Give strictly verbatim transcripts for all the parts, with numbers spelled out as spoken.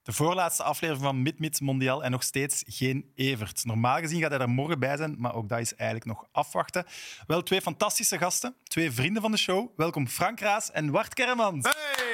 De voorlaatste aflevering van Mid-Mid Mondial en nog steeds geen Evert. Normaal gezien gaat hij er morgen bij zijn, maar ook dat is eigenlijk nog afwachten. Wel twee fantastische gasten, twee vrienden van de show. Welkom Frank Raas en Wart Kermans. Hey!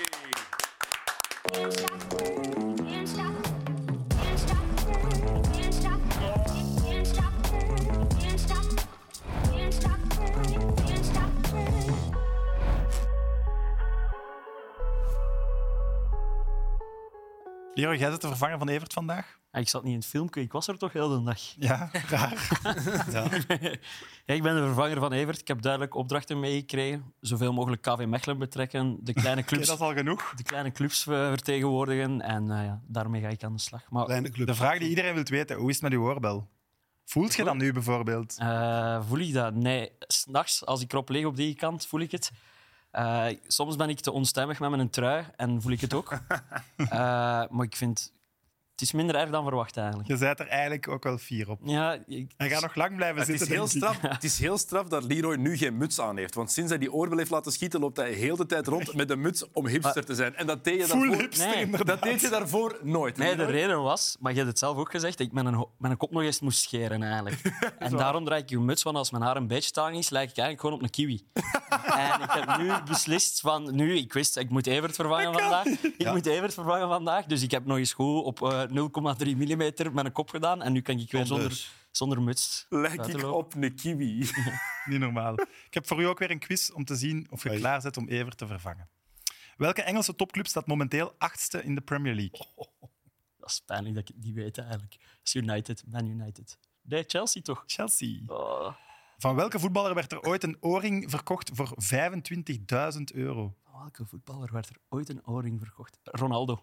Leroy, jij bent de vervanger van Evert vandaag? Ja, ik zat niet in het filmpje, ik was er toch heel de dag. Ja, raar. Ja. Ja, ik ben de vervanger van Evert. Ik heb duidelijk opdrachten meegekregen. Zoveel mogelijk K V Mechelen betrekken, de kleine clubs, Okay, dat is al genoeg. de kleine clubs vertegenwoordigen. En uh, ja, daarmee ga ik aan de slag. Maar, de vraag die iedereen wil weten, hoe is het met uw oorbel? Voelt je dat nu bijvoorbeeld? Uh, voel ik dat? Nee. 's Nachts, als ik erop lig op die kant, voel ik het. Uh, soms ben ik te onstuimig met mijn trui en voel ik het ook. uh, maar ik vind... Het is minder erg dan verwacht, eigenlijk. Je bent er eigenlijk ook wel fier op. Ja, ik... Hij gaat nog lang blijven het zitten. Is heel straf, het is heel straf dat Leroy nu geen muts aan heeft. Want sinds hij die oorbel heeft laten schieten, loopt hij heel de tijd rond met een muts om hipster te zijn. En dat deed je daarvoor, hipster, nee, dat deed je daarvoor nooit. Nee, de reden was, maar je hebt het zelf ook gezegd, dat ik mijn, mijn kop nog eens moest scheren. Eigenlijk. En daarom draai ik je muts, want als mijn haar een beetje tang is, lijk ik eigenlijk gewoon op een kiwi. En ik heb nu beslist van... Nu, ik wist, ik moet Evert vervangen vandaag. Ik ja. moet Evert vervangen vandaag. Dus ik heb nog eens goed op uh, nul komma drie millimeter met een kop gedaan. En nu kan ik weer zonder, zonder muts lijk ik op een kiwi. Ja, niet normaal. Ik heb voor u ook weer een quiz om te zien of je hey. klaar bent om Evert te vervangen. Welke Engelse topclub staat momenteel achtste in de Premier League? Oh, dat is pijnlijk dat ik het niet weet, eigenlijk. Dat is United, Man United. Nee, Chelsea toch? Chelsea. Oh. Van welke voetballer werd er ooit een oorring verkocht voor vijfentwintigduizend euro? Van welke voetballer werd er ooit een oorring verkocht? Ronaldo.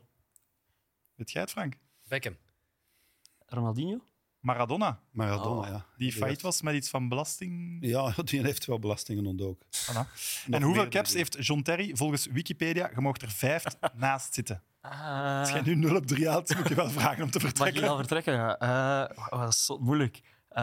Weet jij het, Frank? Beckham. Ronaldinho? Maradona. Maradona, oh. ja. Die failliet was met iets van belasting. Ja, die heeft wel belastingen ontdoken. Voilà. En hoeveel caps heeft John Terry volgens Wikipedia? Je mag er vijf naast zitten. Uh, Als jij nu nul op drie haalt, moet je wel vragen om te vertrekken. Mag je al vertrekken? Ja. Uh, oh, dat is zo moeilijk.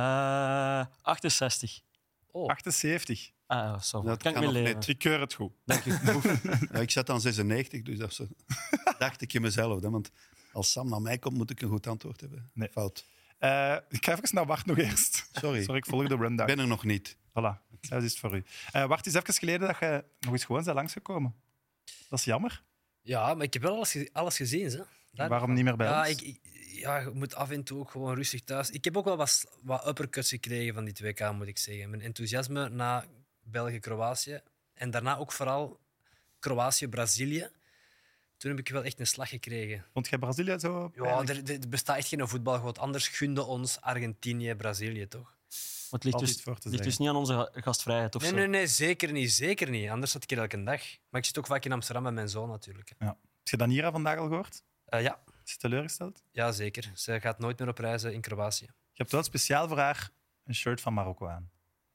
Uh, achtenzestig. Oh. achtenzeventig. Ah, zo. Dat kan kan ik nog mee net. Ik keur het goed. Dank je. Ja, ik zat aan zesennegentig, dus dat zo... dacht ik in mezelf. Hè, want als Sam naar mij komt, moet ik een goed antwoord hebben. Nee. Fout. Uh, ik ga even naar Bart nog eerst. Sorry. Sorry, ik volg de rundown. Ik ben er nog niet. Voilà, dat is het voor u. Uh, Bart, het is even geleden dat je nog eens gewoon bent langsgekomen. Dat is jammer. Ja, maar ik heb wel alles, alles gezien. Hè. Waarom niet meer bij ja, ons? Ik, ik, ja, je moet af en toe ook gewoon rustig thuis. Ik heb ook wel wat, wat uppercuts gekregen van die twee K, moet ik zeggen. Mijn enthousiasme na België-Kroatië en daarna ook vooral Kroatië-Brazilië. Toen heb ik wel echt een slag gekregen. Vond jij Brazilië zo? Ja, er, er bestaat echt geen voetbalgoed. Anders gunde ons Argentinië, Brazilië, toch? Maar het ligt, dus, voor te ligt dus niet aan onze gastvrijheid of nee, zo? Nee, nee, zeker niet. Zeker niet. Anders zat ik hier elke dag. Maar ik zit ook vaak in Amsterdam met mijn zoon natuurlijk. Ja. Heb je Danira vandaag al gehoord? Uh, ja. Is je teleurgesteld? Ja, zeker. Ze gaat nooit meer op reizen in Kroatië. Je hebt wel speciaal voor haar een shirt van Marokko aan.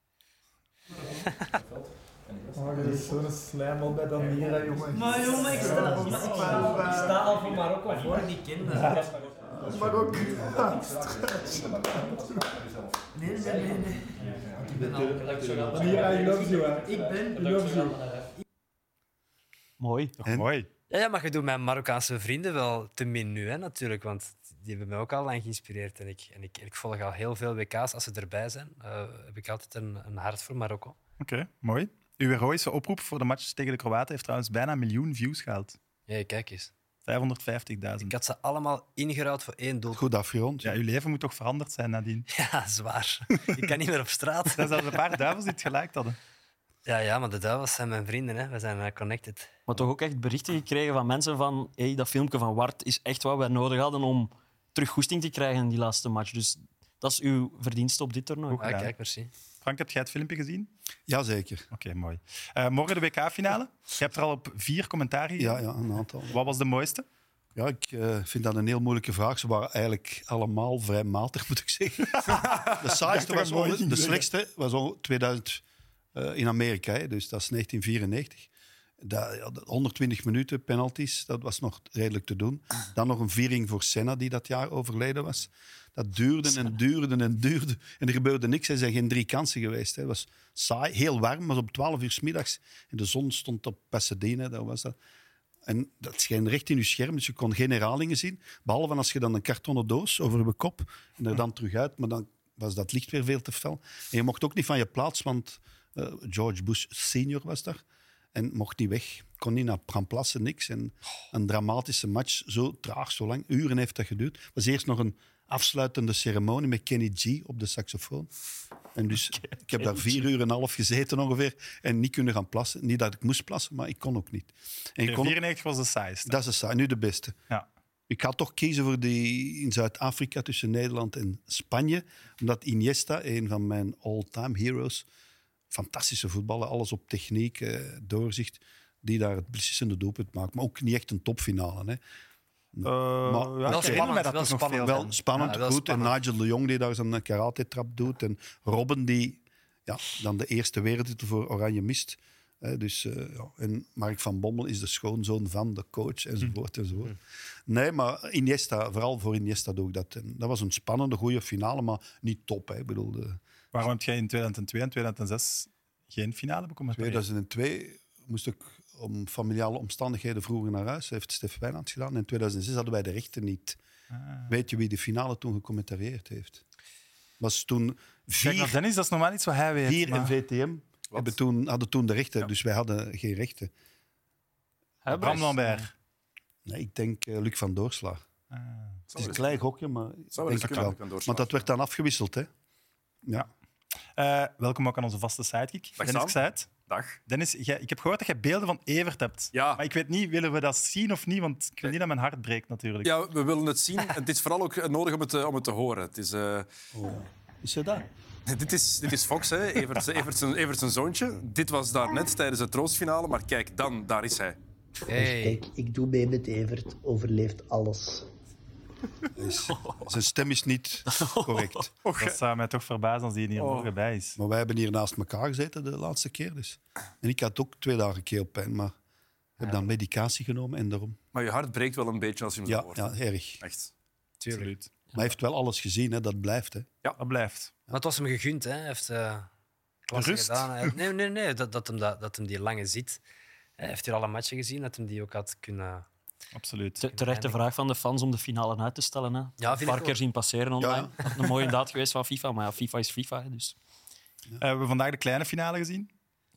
Oh, je is zo'n slijm bij Danira, jongen. Maar jongen, ik sta, ik sta, ik sta al voor Marokko voor ik die kinderen. Ja. Marokko. Nee, nee, nee, nee. Ik ben al... Danira, I love you, hè. Ik ben... I love you. Mooi. Toch mooi. Ja, ja, maar je doet mijn Marokkaanse vrienden wel te min nu, hè, natuurlijk. Want die hebben mij ook al lang geïnspireerd. En ik, en ik, ik volg al heel veel W K's. Als ze erbij zijn, uh, heb ik altijd een, een hart voor Marokko. Oké, okay, mooi. Uw heroïsche oproep voor de match tegen de Kroaten heeft trouwens bijna een miljoen views gehaald. Ja, kijk eens. vijfhonderdvijftigduizend. Ik had ze allemaal ingeruild voor één doel. Goed afgerond. Ja, uw leven moet toch veranderd zijn nadien? Ja, zwaar. Ik kan niet meer op straat. Er zijn zelfs een paar duivels die het gelijk hadden. Ja, ja, maar de duivels zijn mijn vrienden. Hè. We zijn uh, connected. Maar toch ook echt berichten gekregen van mensen van hey, dat filmpje van Wart is echt wat wij nodig hadden om terug goesting te krijgen in die laatste match. Dus dat is uw verdienste op dit toernooi. Ah, kijk, merci. Frank, heb jij het filmpje gezien? Jazeker. Oké, okay, mooi. Uh, morgen de W K-finale. Je hebt er al op vier commentaar. Ja, ja, een aantal. Wat was de mooiste? Ja, ik uh, vind dat een heel moeilijke vraag. Ze waren eigenlijk allemaal vrij matig, moet ik zeggen. De saaiste was on, de slechtste was tweeduizend uh, in Amerika, hè, dus dat is negentien vierennegentig. Dat, ja, honderdtwintig minuten penalties, dat was nog redelijk te doen. Dan nog een viering voor Senna, die dat jaar overleden was. Dat duurde en duurde en duurde. En er gebeurde niks. Er zijn geen drie kansen geweest. Hè. Het was saai, heel warm, maar op twaalf uur 's middags. En de zon stond op Pasadena, dat was dat. En dat scheen recht in je scherm, dus je kon geen herhalingen zien. Behalve als je dan een kartonnen doos over je kop en er dan terug uit. Maar dan was dat licht weer veel te fel. En je mocht ook niet van je plaats, want uh, George Bush senior was daar. En mocht niet weg. Kon niet naar Pramplassen, niks. En een dramatische match, zo traag, zo lang. Uren heeft dat geduurd. Het was eerst nog een afsluitende ceremonie met Kenny G op de saxofoon. En dus ik heb daar vier uur en een half gezeten ongeveer en niet kunnen gaan plassen. Niet dat ik moest plassen, maar ik kon ook niet. En ik De kon, vierennegentig was de saaiste. dat is de saai, nu de beste. Ja. Ik ga toch kiezen voor die in Zuid-Afrika tussen Nederland en Spanje. Omdat Iniesta, een van mijn all-time heroes, fantastische voetballer, alles op techniek, eh, doorzicht, die daar het beslissende doelpunt maakt. Maar ook niet echt een topfinale. Hè. Uh, Maar- ja, Wel ik herinner mij spannend, dat wel toch nog spannend. veel Wel van. spannend, Ja, wel goed. spannend. En Nigel de Jong die daar zijn karate-trap doet. En Robben die ja, dan de eerste wereldtitel voor Oranje mist. Hè, dus, uh, ja. En Mark van Bommel is de schoonzoon van de coach, enzovoort. enzovoort. Nee, maar Iniesta, vooral voor Iniesta doe ik dat. En dat was een spannende, goede finale, maar niet top. Hè. Ik bedoel, de Waarom heb jij in tweeduizend twee en tweeduizend zes geen finale becommentarieerd? tweeduizend twee moest ik om familiale omstandigheden vroeger naar huis. Dat heeft Stef Wijnands gedaan. En in tweeduizend zes hadden wij de rechten niet. Ah. Weet je wie de finale toen gecommentarieerd heeft? Was toen Kijk naar vier, Dennis, dat is normaal iets wat hij weet. vier maar- en V T M hebben toen, hadden toen de rechten, Ja. dus wij hadden geen rechten. Hè, Bram Bres? Lambert. Nee, ik denk eh, Luc van Doorsla. Ah. Het is een klein gokje, maar ik Zou denk het wel. Want dat werd dan afgewisseld. Hè? Ja. Eh, welkom ook aan onze vaste sidekick, Dag, Dennis Sam. Xuyt. Dag. Dennis, jij- ik heb gehoord dat jij beelden van Evert hebt. Ja. Maar ik weet niet, willen we dat zien of niet? Want ik wil niet dat mijn hart breekt, natuurlijk. Ja, we willen het zien. En het is vooral ook nodig om het, te- om het te horen. Het is, eh, Is ze dat? dit, is, dit is Fox, hè? Evert, Evert, zijn, Evert zijn zoontje. Dit was daar net tijdens het troostfinale. Maar kijk, dan, daar is hij. Hey. Kijk, ik doe mee met Evert, overleeft alles. Is, zijn stem is niet correct. Dat zou mij toch verbazen als die hier morgen bij is. Maar wij hebben hier naast elkaar gezeten de laatste keer. Dus. En ik had ook twee dagen keelpijn, maar ik heb dan medicatie genomen en daarom. Maar je hart breekt wel een beetje als je hem zo Ja, hoort. ja, erg. Echt. Absoluut. Maar hij heeft wel alles gezien, hè. Dat blijft. Hè. Dat blijft. Maar het was hem gegund, hè. Hij heeft uh, klasse Rust. gedaan. Hij- Nee, nee, nee. Dat, dat, hem, dat, dat hem die lange zit. Hij heeft hier alle matchen gezien, dat hem die ook had kunnen... Absoluut. Te- Terecht de vraag van de fans om de finale uit te stellen. Hè. vind een ik paar ook. keer zien passeren online. Ja. Dat is een mooie daad geweest van FIFA. Maar ja, FIFA is FIFA. Hè, dus. Eh, we hebben vandaag de kleine finale gezien.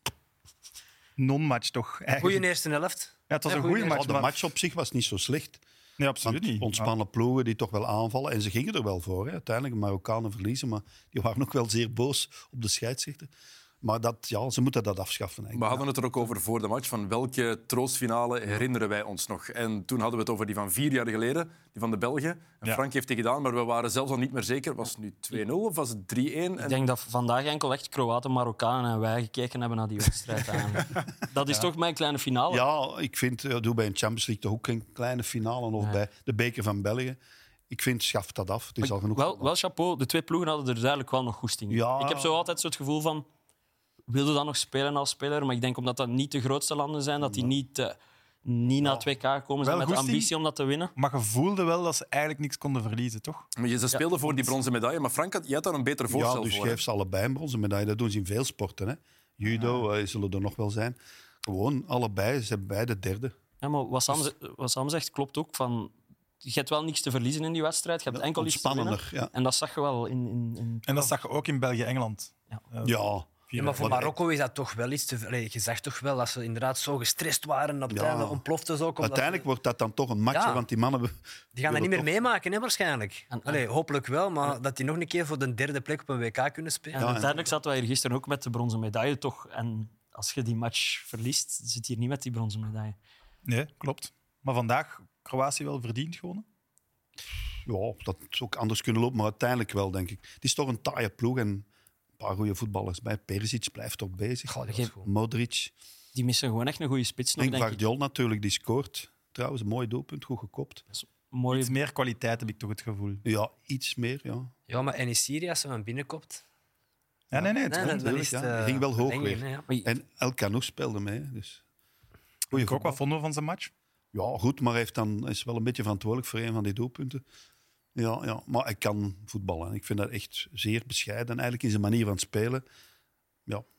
Non-match toch? Eigenlijk. Goeie eerste helft. Ja, het was Ja, een goeie goede eerste- match. de maar- match op zich was niet zo slecht. Nee, absoluut Want niet. ontspannen ploegen die toch wel aanvallen. En ze gingen er wel voor. Hè. Uiteindelijk de Marokkanen verliezen, maar die waren ook wel zeer boos op de scheidsrechter. Maar dat, ja, ze moeten dat afschaffen. We Eigenlijk. hadden het er ook over voor de match, van welke troostfinale herinneren wij ons nog. En toen hadden we het over die van vier jaar geleden, die van de Belgen. En Ja. Frank heeft die gedaan, maar we waren zelfs al niet meer zeker. Was het nu twee nul of was het drie-één? Ik En denk dat vandaag enkel echt Kroaten, Marokkanen en wij gekeken hebben naar die wedstrijd. eigenlijk. Dat is toch mijn kleine finale. Ja, ik vind, ja, doe bij een Champions League toch ook een kleine finale. Of Ja. bij de beker van België. Ik vind, schaf dat af. Het is al genoeg. Wel, wel chapeau, de twee ploegen hadden er duidelijk wel nog goesting in. Ja. Ik heb zo altijd zo het gevoel van... Wilde dan nog spelen als speler? Maar ik denk omdat dat niet de grootste landen zijn, dat die niet, eh, niet naar het W K komen zijn Wel met de goesting. ambitie om dat te winnen. Maar je voelde wel dat ze eigenlijk niks konden verliezen, toch? Maar je- ze speelden voor die bronzen medaille, maar Frank, had, je had daar een beter voorstel ja, dus voor. hè? geef ze allebei een bronzen medaille. Dat doen ze in veel sporten. Hè. Judo eh, zullen er nog wel zijn. Gewoon allebei. Ze hebben beide derde. Ja, maar wat Sam, ze- wat Sam zegt klopt ook. Van, je hebt wel niks te verliezen in die wedstrijd. Je hebt enkel iets te winnen. Ontspannender. Ja. En dat zag je wel in... in, in... En dat zag je ook in België-Engeland. Ja. Eh, Ja. Ja, maar voor Marokko is dat toch wel iets te... Allee, je zag toch wel dat ze inderdaad zo gestrest waren. Op het Ja. einde ontplofte ze ook. omdat Uiteindelijk wordt dat dan toch een match. Ja. hè, Want die mannen... Die gaan dat niet meer meemaken, hè, waarschijnlijk. En- en- Allee, hopelijk wel, maar dat die nog een keer voor de derde plek op een W K kunnen spelen. En uiteindelijk zaten wij hier gisteren ook met de bronzen medaille, toch? En als je die match verliest, zit je hier niet met die bronzen medaille. Nee, klopt. Maar vandaag Kroatië wel verdiend gewonnen. Ja, dat zou ook anders kunnen lopen, maar uiteindelijk wel, denk ik. Het is toch een taaie ploeg en een paar goede voetballers bij. Perisic blijft toch bezig. Goh, dat Geen- was goed. Modric. Die missen gewoon echt een goede spits nog, En denk ik. Guardiol natuurlijk, die scoort. Trouwens, een mooi doelpunt, goed gekopt. Mooi. Iets meer kwaliteit heb ik toch het gevoel. Ja, iets meer, ja. Ja, maar en in Syrië, als ze hem binnenkopt... Ja, nee, nee, het Nee, komt. dan, dan natuurlijk, is het... ja. eh, Hij ging wel hoog verlengen, weer. hè, ja. Maar En El Canouf speelde mee. hè, Dus. Goeie Ik ook, wat voetbal. vonden we van zijn match? Ja, goed, maar hij heeft dan, is wel een beetje verantwoordelijk voor een van die doelpunten. Ja, ja, maar hij kan voetballen. Ik vind dat echt zeer bescheiden. Eigenlijk in zijn manier van spelen. Ja,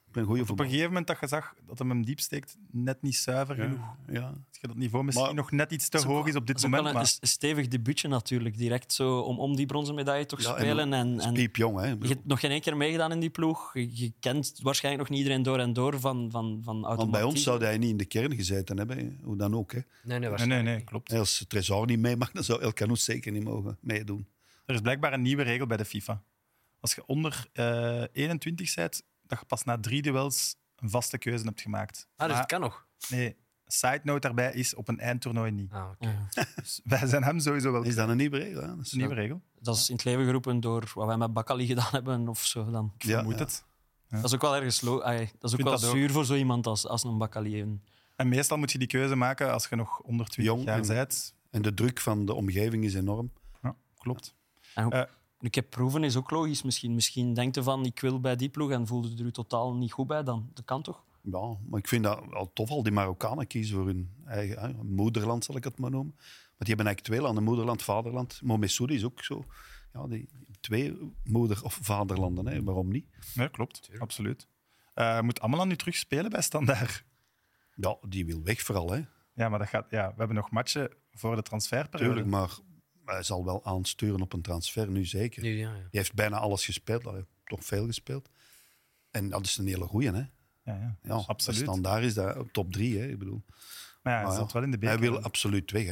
Ik ben een goede Op een voetballer. gegeven moment dat je zag dat hem hem diep steekt, net niet zuiver genoeg. Ja. Dat je dat niveau misschien Maar- nog net iets te Dat is ook- hoog is op dit Dat is ook moment. wel een, Maar een stevig debuutje natuurlijk, direct zo om, om die bronzen medaille toch Ja, en spelen. En, en, Piepjong, hè. je hebt nog geen één keer meegedaan in die ploeg. Je, je kent waarschijnlijk nog niet iedereen door en door van, van, van Want bij automatiek. ons zou hij niet in de kern gezeten hebben, hè. Hoe dan ook. Hè. Nee, nee, nee, waarschijnlijk nee, nee, niet. klopt. Als Trezor niet mee mag, dan zou El Canoes zeker niet mogen meedoen. Er is blijkbaar een nieuwe regel bij de FIFA. Als je onder eh, eenentwintig bent, dat je pas na drie duels een vaste keuze hebt gemaakt. Ah, dus Maar- het kan nog. Nee, side note daarbij is op een eindtoernooi niet. Ah, oké. Ja. Dus wij zijn hem sowieso wel. Is dat een nieuwe regel? Hè? Dat is een nieuwe regel? Dat is in het leven geroepen door wat wij met Bakali gedaan hebben of zo. Dan. Ik vermoed het. Dat is ook wel ergens lo- ay, dat is ook vind wel dat ook. zuur voor zo iemand als, als een Bakali. En En meestal moet je die keuze maken als je nog onder twintig Jong jaar en- bent. En de druk van de omgeving is enorm. Ja, klopt. En ook- Eh. een keer proeven is ook logisch. Misschien, misschien denkt je van ik wil bij die ploeg en voelde er u totaal niet goed bij. Dan. Dat kan toch? Ja, maar ik vind dat wel tof, al die Marokkanen kiezen voor hun eigen hè, moederland, zal ik het maar noemen. Maar die hebben eigenlijk twee landen, moederland, vaderland. Momesoudi is ook zo. Ja, die twee moeder- of vaderlanden, hè. Waarom niet? Ja, klopt. Absoluut. Eh moet Amelan nu terug spelen bij Standaard? Ja, die wil weg vooral, hè. Ja, maar dat gaat, ja, we hebben nog matchen voor de transferperiode. Tuurlijk, maar hij zal wel aansturen op een transfer, nu zeker. Nu, ja, ja. Die heeft bijna alles gespeeld, hij heeft toch veel gespeeld. En dat is een hele goeie, hè. Ja, ja. Ja, absoluut. Standaard is dat top drie, hè. Ik bedoel. Maar ja, hij Maar ja, zat wel in de hij beker. wil absoluut weg, hè.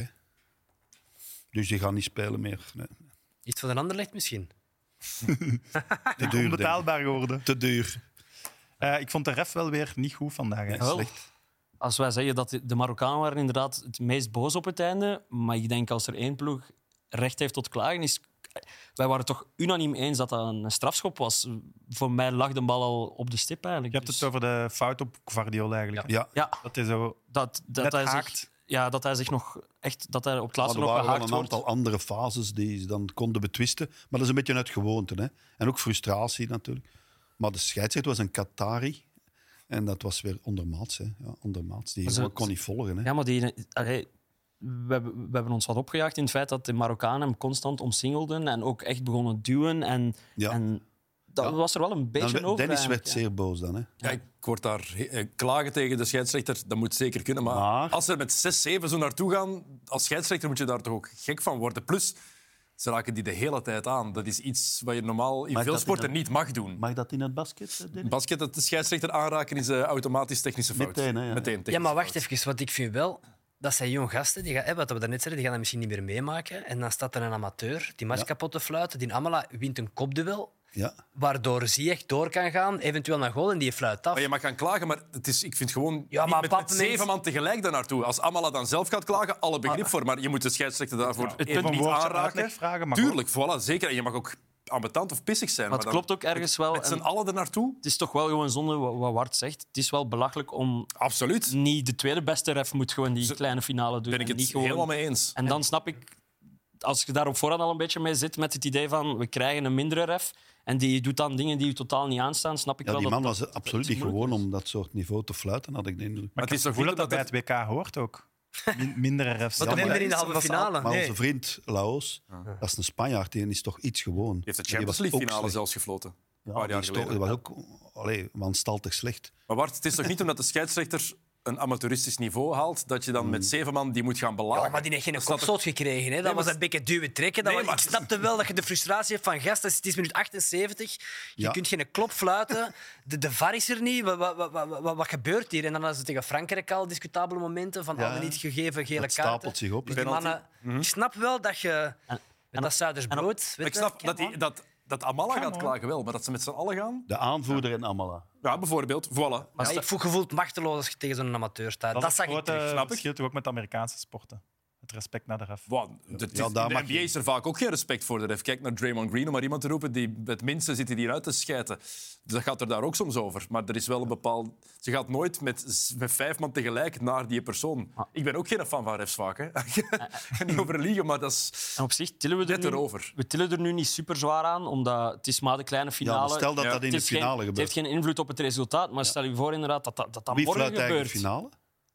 Dus die gaat niet spelen meer. Nee. Iets van een ander licht misschien. Te duur, denk ik. Onbetaalbaar geworden. Te duur. Eh, ik vond de ref wel weer niet goed vandaag. Hè. Nee, Wel, slecht. als wij zeggen dat de de Marokkanen waren inderdaad het meest boos op het einde, maar ik denk als er één ploeg recht heeft tot klagen, is... Wij waren toch unaniem eens dat dat een strafschop was. Voor mij lag de bal al op de stip eigenlijk. Je hebt Dus het over de fout op Guardiola eigenlijk. Ja, Ja, Dat is zo... dat, dat, Net hij haakt. zich, ja, dat hij zich nog echt... Dat hij op het maar laatste er nog waren wel gehaakt een wordt. aantal andere fases die ze dan konden betwisten. Maar dat is een beetje uit gewoonte. Hè. En ook frustratie natuurlijk. Maar de scheidsrechter was een Qatari. En dat was weer ondermaats. Hè. Ja, ondermaats. Die Maar ze- jongen kon niet volgen. Hè. Ja, maar die, allee, we, hebben- we hebben ons wat opgejaagd in het feit dat de Marokkanen hem constant omsingelden en ook echt begonnen duwen. En, Ja. en dat Ja. was er wel een beetje Dan, over. Dennis eigenlijk, werd ja. zeer boos dan. Hè. Ja, ik word daar eh, klagen tegen de scheidsrechter, dat moet zeker kunnen. Maar, Maar- als ze er met zes zeven zo naartoe gaan, als scheidsrechter moet je daar toch ook gek van worden. Plus, ze raken die de hele tijd aan. Dat is iets wat je normaal in Mag veel dat sporten in een- niet mag doen. Mag dat in het basket, eh, Dennis? Basket, dat de scheidsrechter aanraken, is uh, automatisch technische fout. Meteen, hè, ja. Meteen Ja, technische maar wacht fout. even, want ik vind wel... Dat zijn jonge gasten, die gaan, hè, wat we daarnet zeiden, die gaan dat misschien niet meer meemaken. En dan staat er een amateur die match Ja. kapot te fluiten. Die Amala wint een kopduel, Ja. waardoor Ziyech door kan gaan, eventueel naar goal, en die fluit af. Maar je mag gaan klagen, maar het is, ik vind gewoon Ja, niet maar met, pap, met zeven mensen- man tegelijk daar naartoe. Als Amala dan zelf gaat klagen, alle begrip Ah. voor. Maar je moet de scheidsrechter daarvoor Het even punt niet woordje aanraken. uitleg vragen, maar ook- Tuurlijk, voilà, zeker. En je mag ook ambetant of pissig zijn. Maar het maar dan klopt ook ergens wel. Met z'n en allen er naartoe? Het is toch wel gewoon zonde wat wat Wart zegt. Het is wel belachelijk om Absoluut. niet de tweede beste ref moet gewoon die Zo- kleine finale doen. Ben ik en het niet gewoon... helemaal mee eens. En dan snap ik, als je daar op voorhand al een beetje mee zit met het idee van we krijgen een mindere ref en die doet dan dingen die je totaal niet aanstaan, snap ik Ja, wel die dat man dat- was absoluut dat niet het moeilijk gewoon om dat soort niveau te fluiten, had ik de indruk. Maar het ik is heb toch het gevoel dat niet dat bij het W K hoort ook. Min- mindere refs. Wat Ja, dan nee, minder in de dat halve is- dat is al- finale? Maar Nee. onze vriend Laos, dat is een Spanjaard, die is toch iets gewoon. Die heeft de Die Champions was League ook finale slecht. zelfs gefloten. Ja, een paar die jaar is toch- geleden. die was ook allee, wanstaltig slecht. Maar Bart, het is toch niet omdat de scheidsrechter een amateuristisch niveau haalt, dat je dan met zeven man die moet gaan belagen. Ja, maar die heeft geen Dat staat kopstoot gekregen. Hè. Dat Nee, was maar- een beetje duwen trekken. Dat Nee, was- maar- Ik snapte wel dat je de frustratie hebt van gast, het is minuut achtenzeventig. Je Ja. kunt geen klop fluiten. De, de V A R is er niet. Wat, wat, wat, wat, wat- wat gebeurt hier? En dan hadden ze tegen Frankrijk al discutabele momenten van Ja, al niet gegeven gele dat kaarten. stapelt zich op, Dus hè. die mannen, Ik snap wel dat je met dat Zuiders brood... weet Maar ik je, snap dat, die, dat, dat Amala gaat on. klagen wel, maar dat ze met z'n allen gaan... De aanvoerder in Amala. Ja, bijvoorbeeld. Voilà. Ja, ik voel gevoeld machteloos als je tegen zo'n amateur staat. Dat, Dat, is zag het ik terug. grote snap ik. verschil toch ook met de Amerikaanse sporten. Het respect naar de ref. Wow, dat is- Ja, daar in de mag N B A je- is er vaak ook geen respect voor de ref. Kijk naar Draymond Green, om maar iemand te roepen. Die, het minste zitten die eruit te schijten. Dus dat gaat er daar ook soms over. Maar er is wel een bepaald... Ze gaat nooit met, z- met vijf man tegelijk naar die persoon. Ik ben ook geen fan van refs vaak. Hè. Ik ga niet over liegen, maar dat is En op zich tillen we er net nu, erover. we tillen er nu niet super zwaar aan, omdat het is maar de kleine Ja, finale. maar stel dat Ja. dat in Het de is geen- finale Het gebeurt. heeft geen invloed op het resultaat, maar stel je voor inderdaad dat dat, dat, dat Wie morgen fluit eigenlijk gebeurt. de finale?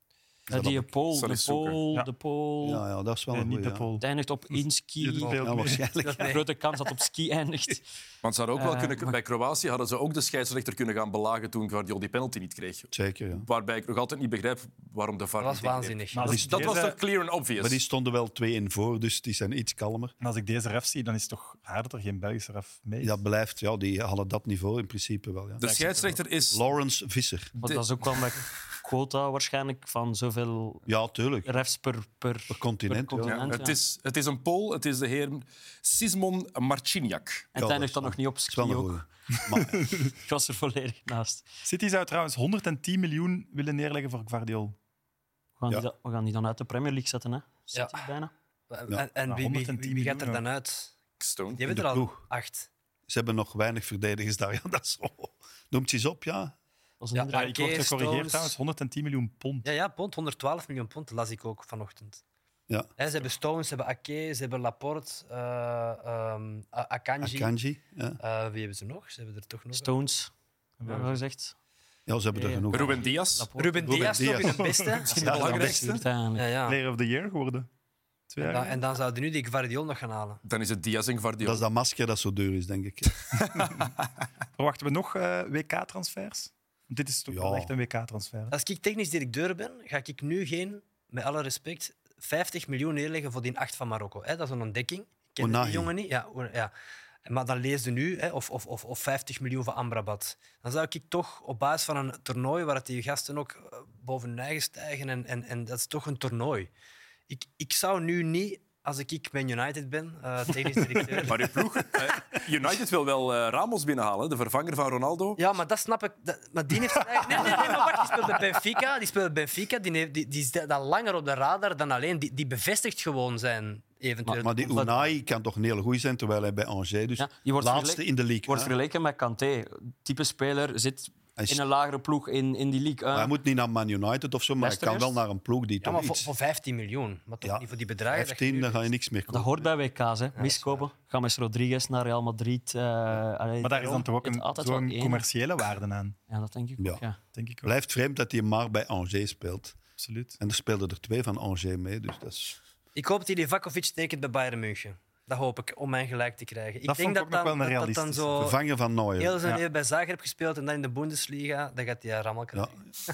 Ja, die Pool, zal de eens zoeken. Pool, Ja. de Pool. Ja, ja, dat is wel Nee, een niet goeie, de ja. Pool. Het eindigt op in-ski. Je speelt Ja, mee. waarschijnlijk. Grote kans dat het op ski eindigt. Want ze hadden ook wel Eh, kunnen, maar- bij Kroatië hadden ze ook de scheidsrechter kunnen gaan belagen toen Guardiola die penalty niet kreeg. Zeker, ja. Waarbij ik nog altijd niet begrijp waarom de V A R Dat was niet ingreep. waanzinnig. Maar Dat, als ik dat was deze- toch clear and obvious? Maar die stonden wel twee in voor, dus die zijn iets kalmer. En als ik deze ref zie, dan is het toch raar dat er geen Belgische ref mee is. Dat blijft, ja, die hadden dat niveau in principe wel. Ja. De scheidsrechter is... Lawrence Visser. Maar dat is ook wel met quota waarschijnlijk van zoveel Ja, tuurlijk. refs per, per, Per continent, per ja. Ja, continent. het, ja. is, het is een Pool, het is de heer Sismon Marciniak. En Ja, het eindigt dat dan is nog niet op Dat is wel ski een ook. goeie. Maar Ik was er volledig naast. City zou trouwens honderdtien miljoen willen neerleggen voor Guardiola. We gaan, Ja. die, da- we gaan die dan uit de Premier League zetten, hè? Ja. City bijna. En, en Ja, wie, wie, honderdtien wie gaat er miljoen, dan uit? Stone. Je hebt de er al ploeg. acht. ze hebben nog weinig verdedigers daar. Ja, dat is zo. Noemt ze eens op, ja. Dat is een Ja, indruk. Ja, ik word Ake, gecorrigeerd Stones. trouwens, honderdtien miljoen pond. Ja, ja, pond. honderdtwaalf miljoen pond las ik ook vanochtend. Ja. Hè, ze hebben Stones, ze hebben Ake, ze hebben Laporte, eh, ehm, A- Akanji. Akanji. Ja. Eh, wie hebben ze nog? Ze hebben er toch nog. Stones, hebben we al gezegd. ja, ze hebben er Ja, ja. genoeg. Ruben Diaz. Laporte. Ruben Ruben Diaz nog Diaz. in het beste. Misschien Ja, de dat belangrijkste. Uiteindelijk. Ja, ja. Player of the Year geworden. Twee En, jaar dan, en dan zouden nu die Guardiola nog gaan halen. Dan is het Diaz en Guardiola. Dat is dat masker dat zo duur is, denk ik. Verwachten we nog eh, W K-transfers? Dit is toch Ja. wel echt een W K-transfer. Als ik technisch directeur ben, ga ik nu geen, met alle respect, vijftig miljoen neerleggen voor die acht van Marokko. Hè, dat is een ontdekking. Ik ken Ounahi. die jongen niet. Ja, O- ja. Maar dan lees je nu, hè, of, of, of, of vijftig miljoen voor Amrabat. Dan zou ik toch op basis van een toernooi waar het die gasten ook eh, boven hun eigen stijgen, en, en, en dat is toch een toernooi. Ik, ik zou nu niet, als ik, ik Man United ben, eh technisch directeur... Maar uw ploeg... eh, United wil wel eh, Ramos binnenhalen, de vervanger van Ronaldo. Ja, maar dat snap ik. Dat, maar die heeft... Nee, nee, nee, maar wacht. Die speelt bij Benfica. Die speelt bij Benfica. Die, heeft, die, die is dan langer op de radar dan alleen. Die, die bevestigt gewoon zijn eventueel... Maar, maar die Unai kan toch een hele goeie zijn, terwijl hij bij Angers dus Ja, die wordt laatste vergelijk- in de league. Wordt hè. vergeleken met Kanté. Type speler zit Hij, is- in een lagere ploeg in, in die league. maar Uh, hij moet niet naar Man United of zo, maar hij Leicester kan wel eerst. naar een ploeg die Ja, toch maar voor, iets... voor vijftien miljoen. Maar toch Ja, niet voor die bedragen. dat je vijftien, nu dan ga je leest. niks meer kopen. dat hoort bij W K's, hè. Miskopen. James Rodriguez naar Real Madrid. uh, allee, Maar daar is dan toch ook het een, altijd zo'n wel één. commerciële waarde aan. Ja, dat denk ik Ja. ook, ja. Denk ik ook. Blijft vreemd dat hij maar bij Angers speelt. Absoluut. En er speelden er twee van Angers mee, dus dat is... Ik hoop dat hij Livakovic tekent bij Bayern München. Dat hoop ik, om mijn gelijk te krijgen. Ik Dat denk vond ik dat, ook nog dan, wel een dat, dat dan realistische. zo... Vervanger van Neuer. Heel zijn Ja. leven bij Zagreb gespeeld en dan in de Bundesliga, dan gaat hij een rammel Ja.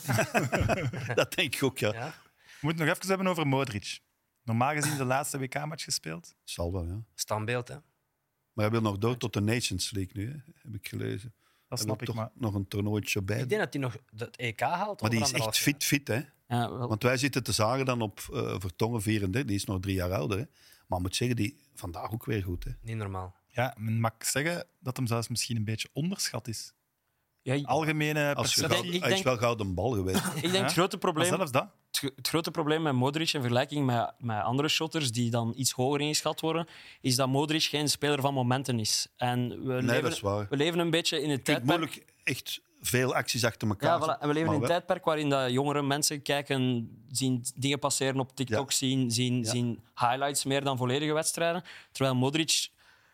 krijgen. Dat denk ik ook, ja. Ja? We moeten nog even hebben over Modric. Normaal gezien de laatste W K-match gespeeld. Zal wel, ja. Standbeeld, hè. Maar hij wil nog door tot de Nations League nu, hè, heb ik gelezen. Dat Hij snap wil ik, toch maar nog een toernooitje bij. Ik denk dat hij nog het E K haalt. Maar die over is echt anderhalf fit, fit, hè. Ja, wel. Want wij zitten te zagen dan op uh, Vertongen vierendertig, die is nog drie jaar ouder. Hè. Maar ik moet zeggen, die vandaag ook weer goed. Hè. jaar. Niet normaal. ja, men mag zeggen dat hem zelfs misschien een beetje onderschat is. Ja, Algemene Als je perceptie. goud- ik hij is denk- wel gouden bal geweest. ik denk Ja. het grote Maar probleem... zelfs dat. Het, gro- het grote probleem met Modric in vergelijking met, met andere shotters die dan iets hoger ingeschat worden, is dat Modric geen speler van momenten is. En we, Nee, leven, dat is waar. we leven een beetje in het Ik vind het tijdperk... moeilijk echt veel acties achter elkaar. Ja, voilà. En we leven Maar in een wel- tijdperk waarin dat jongere mensen kijken, zien dingen passeren op TikTok, Ja. zien, zien, Ja. zien highlights meer dan volledige wedstrijden. Terwijl Modric...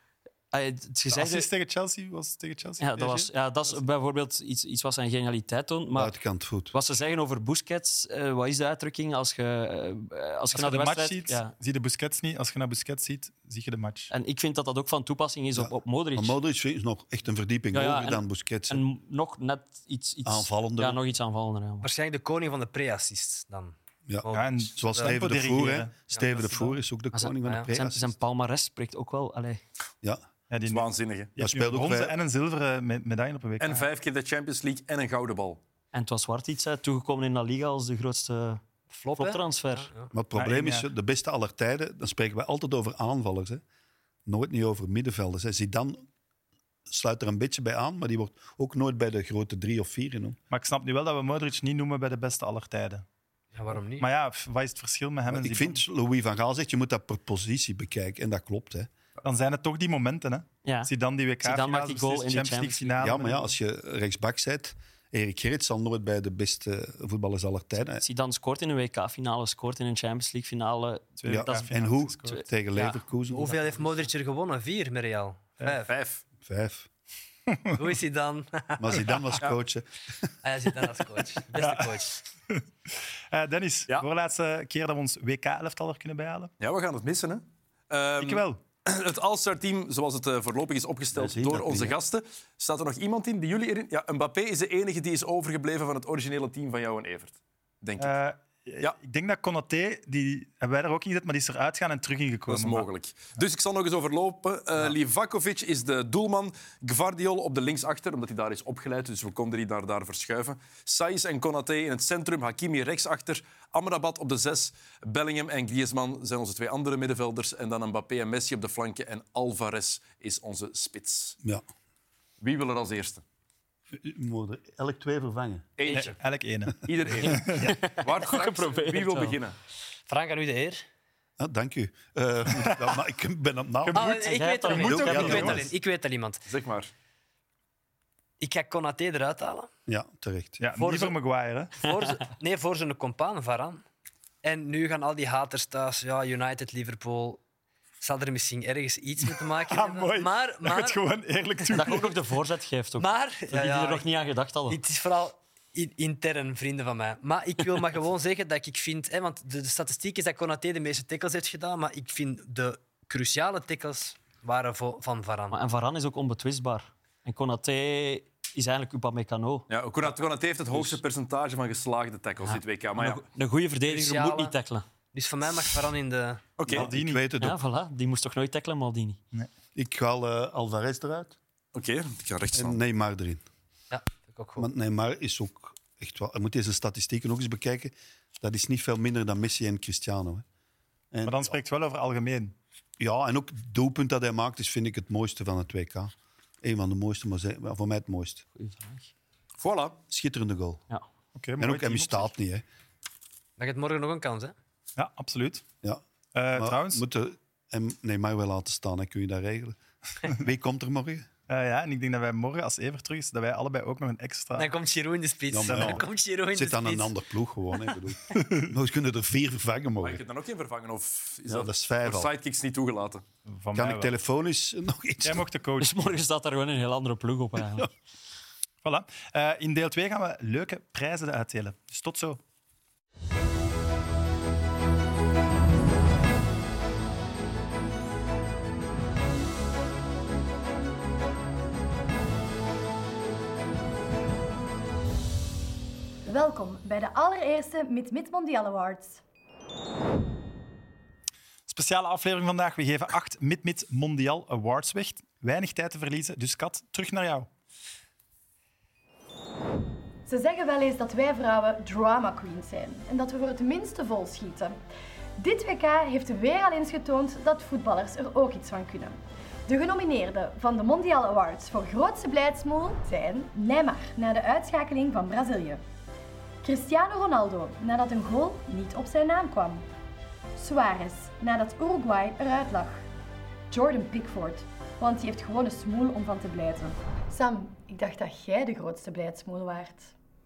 eh, Het De gezegde, assist tegen Chelsea was tegen Chelsea. ja, dat, was, ja, dat is bijvoorbeeld iets, iets wat zijn genialiteit toont. Maar Buitenkant voet. wat ze zeggen over Busquets, eh, wat is de uitdrukking? Als je, eh, als je Als je naar de de match wedstrijd... ziet, ja. zie je Busquets niet. Als je naar Busquets ziet, zie je de match. En ik vind dat dat ook van toepassing is Ja. op, op Modric. Maar Modric is nog echt een verdieping Ja, ja, hoger en- dan Busquets. hè. En nog net iets... iets Aanvallender. Ja, nog iets aanvallender. Ja. Waarschijnlijk de koning van de pre-assists dan. Ja. Oh. Ja, en Zoals tempo Steven de Voer. Hè. dirigeren. Steven dat de is Voer wel- is ook de Maar zijn- koning van de ja, Zijn, pre zijn palmarès spreekt ook wel... Allee. Ja. Ja, die Dat is waanzinnig. hè. je hebt nu speelt een ook bronzen bij- en een zilveren me- medaille op een W K. En vijf keer de Champions League en een gouden bal. En het was zwart iets, hè, toegekomen in La Liga als de grootste Flop, hè? floptransfer. Ja. Maar het probleem Ja, is, ja. de beste aller tijden, dan spreken we altijd over aanvallers. Hè. Nooit niet over middenvelders. Hè. Zidane sluit er een beetje bij aan, maar die wordt ook nooit bij de grote drie of vier genoemd. Maar ik snap nu wel dat we Modric niet noemen bij de beste aller tijden. Ja, waarom niet? Maar ja, f- wat is het verschil met hem Maar en ik Zidane? vind, Louis van Gaal zegt, je moet dat per positie bekijken. En dat klopt. Hè. Dan zijn het toch die momenten. Hè? Ja. Zidane die W Zidane maakt K-finale, die goal in de Champions League Champions finale. Ja, maar ja, als je rechtsbak bent, Erik Gerrits zal nooit bij de beste voetballers aller tijden. Zidane scoort in een W K-finale, scoort in een Champions League-finale. Twee Ja, dat is- W K-finales en hoe? gescoord. Tegen Ja. Leverkusen. Hoeveel heeft Modric er gewonnen? Vier met Real. Vijf. Vijf. Vijf. Hoe is hij dan? Maar Zidane was coach. Hè. Ah, ja, Zidane als coach. Beste coach. Uh, Dennis, Ja. voorlaatste keer dat we ons W K-elftal er kunnen bijhalen. Ja, we gaan het missen, hè. Ehm, Ik wel. Het All-Star-team, zoals het uh, voorlopig is Wij opgesteld zien door dat onze niet, hè. gasten. Staat er nog iemand in die jullie erin... Ja, Mbappé is de enige die is overgebleven van het originele team van jou en Evert. Denk ik. Uh, Ja. Ik denk dat Konaté, die hebben wij er ook in gezet, maar die is eruit gaan en terug ingekomen. Dat is mogelijk. Dus ik zal nog eens overlopen. Uh, Livakovic is de doelman. Gvardiol op de linksachter, omdat hij daar is opgeleid. Dus we konden die daar, daar verschuiven. Saiz en Konaté in het centrum. Hakimi rechtsachter. Amrabat op de zes. Bellingham en Griezmann zijn onze twee andere middenvelders. En dan Mbappé en Messi op de flanken. En Alvarez is onze spits. Ja. Wie wil er als eerste? U moet er elk twee vervangen. Eentje. Nee, elk ene. Iedereen. Bart, Frank, geprobeerd, wie wil wel. beginnen? Frank, aan u de eer. Ah, dank u. Uh, moet ik, dat, maar ik ben op naam. Ah, ik, jij weet hebt er dat iemand. moet ook ik, niet, weet jongens. er, ik weet er iemand. Zeg maar. Ik ga Konaté eruit halen. Ja, terecht. Ja, Voor niet ze- voor Maguire. Hè. Voor ze- nee, voor zijn compaan Varane. En nu gaan al die haters thuis, ja, United, Liverpool, zal er misschien ergens iets mee te maken Ah, hebben. mooi. Maar, Dat je maar, het gewoon eerlijk toe. Dat je ook nog de voorzet geeft. Ook. maar Dat ja, die ja, er nog niet aan gedacht hadden. het is vooral in- intern, vrienden van mij. Maar ik wil maar gewoon zeggen dat ik vind... Hè, want de, de statistiek is dat Konaté de meeste tackles heeft gedaan, maar ik vind de cruciale tackles waren vo- van Varane. Maar, en Varane is ook onbetwistbaar. En Konaté is eigenlijk Upamecano. Ja, Konaté Konaté heeft het hoogste percentage van geslaagde tackles dit W K. Maar ja, Een, een goede verdediger Cruciale. moet niet tackelen. Dus voor mij mag Varane in de... oké. Ik weet het ook. Ja, voilà. Die moest toch nooit tackelen, Maldini? Ik haal uh, Alvarez eruit Oké, ik ga rechts en staan. Neymar erin. Ja, vind ik ook goed. Want Neymar is ook echt wel... Je moet deze statistieken ook eens bekijken. Dat is niet veel minder dan Messi en Cristiano. Hè. En, Maar dan spreekt het wel over algemeen. Ja, en ook het doelpunt dat hij maakt is, vind ik, het mooiste van het W K. Eén van de mooiste, maar ze- maar voor mij het mooiste. Goeie vraag. Voilà. Schitterende goal. Ja. Oké, En mooi ook, hij team op staat niet, hè. Dan gaat morgen nog een kans, hè? zich. Ja, absoluut. Ja. Uh, Maar trouwens, we moeten hem Neymar wel laten staan, hè. Kun je dat regelen? Wie komt er morgen? uh, ja, en ik denk dat wij morgen, als Evert terug is, dat wij allebei ook nog een extra... Dan komt Giroud in de spits. Ja, maar ja. Dan komt Giroud in de Zit aan spits. een ander ploeg gewoon. Hè. Ik bedoel. Maar we kunnen er vier vervangen Mag ik morgen. het dan ook in vervangen? Of is Ja, dat, dat is vijf voor al. sidekicks niet toegelaten? Van Kan mij ik wel. telefonisch nog iets? Jij mocht de coach. Dus morgen staat daar gewoon een heel andere ploeg op. Eigenlijk. Voilà. Uh, in deel twee gaan we leuke prijzen uitdelen. Dus tot zo. Welkom bij de allereerste Mid-Mid Mondial Awards. Speciale aflevering vandaag. We geven acht Mid-Mid Mondial Awards weg. Weinig tijd te verliezen. Dus Kat, terug naar jou. Ze zeggen wel eens dat wij vrouwen drama queens zijn en dat we voor het minste vol schieten. Dit W K heeft weer al eens getoond dat voetballers er ook iets van kunnen. De genomineerden van de Mondial Awards voor grootste blijdsmoel zijn Neymar na de uitschakeling van Brazilië, Cristiano Ronaldo nadat een goal niet op zijn naam kwam, Suarez nadat Uruguay eruit lag, Jordan Pickford, want die heeft gewoon een smoel om van te blijten. Sam, ik dacht dat jij de grootste blijdsmoel waart.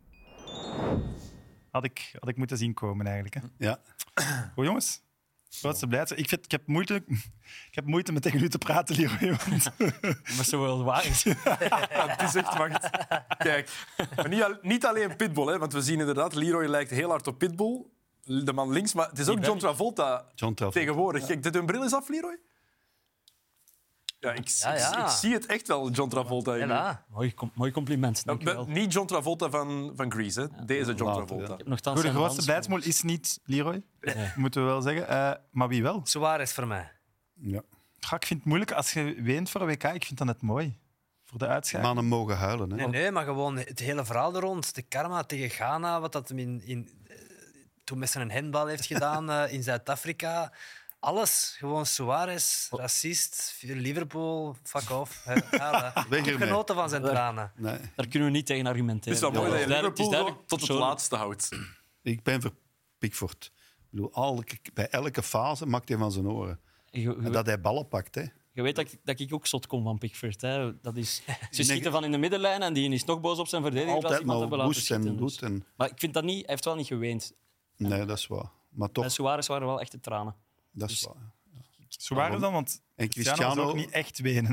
Had ik, had ik moeten zien komen eigenlijk. Hè. Ja. Goed, jongens. Grootste blijdschap. Ik, vind, ik, heb moeite, ik heb moeite met tegen u te praten, Leroy. Want... Maar zo wel waar is. Ja, het is echt wacht. Kijk, maar niet, al- niet alleen Pitbull, hè, want we zien inderdaad, Leroy lijkt heel hard op Pitbull, de man links, maar het is ook John Travolta John Travolta. tegenwoordig. Kijk, dit hun bril is af, Leroy? Ja, ik, Ja, ja. Ik, ik zie het echt wel, John Travolta. in u. Ja, Mooi, com- mooi compliment. Ja, Dank je wel. niet John Travolta van, van Grease, hè. Deze John later, Travolta. ja. Ik heb nogthans Goed, de zijn grootste dans- blijdsmoel is niet Leroy. Nee. Moeten we wel zeggen. Uh, maar wie wel? Suarez voor mij. Ja. Ga, ik vind het moeilijk als je weent voor een W K. Ik vind dat net mooi. Voor de uitschakeling. Mannen mogen huilen. Hè. Nee, nee, maar gewoon het hele verhaal er rond. De karma tegen Ghana, wat dat hem in, in, eh, toen met zijn handbal heeft gedaan eh, in Zuid-Afrika. Alles. Gewoon Suarez, racist, Liverpool, fuck off. Hè. Ja, dat. Ik heb ermee. genoten van zijn tranen. Nee. Daar kunnen we niet tegen Het argumenteren. is wel mooi Ja, dat je het is duidelijk- Liverpool het is zo duidelijk tot het persoonlijk. laatste houdt. Ik ben voor Pickford. Ik bedoel, elke, bij elke fase maakt hij van zijn oren. Je, je- En dat hij ballen pakt. Hè. je weet dat ik, dat ik ook zot kom van Pickford. Hè. Dat is, ze schieten van in de middenlijn en die is nog boos op zijn verdediger als Altijd iemand maar hebben laten woest en schieten. Dus- doet. En... Maar ik vind dat niet... Hij heeft wel niet geweend. Nee, dat is waar. Maar Bij toch, Suarez waren wel echte tranen. dat is waar. Suarez dan? Want En Cristiano zou Cristiano, ook niet echt wenen. Hè?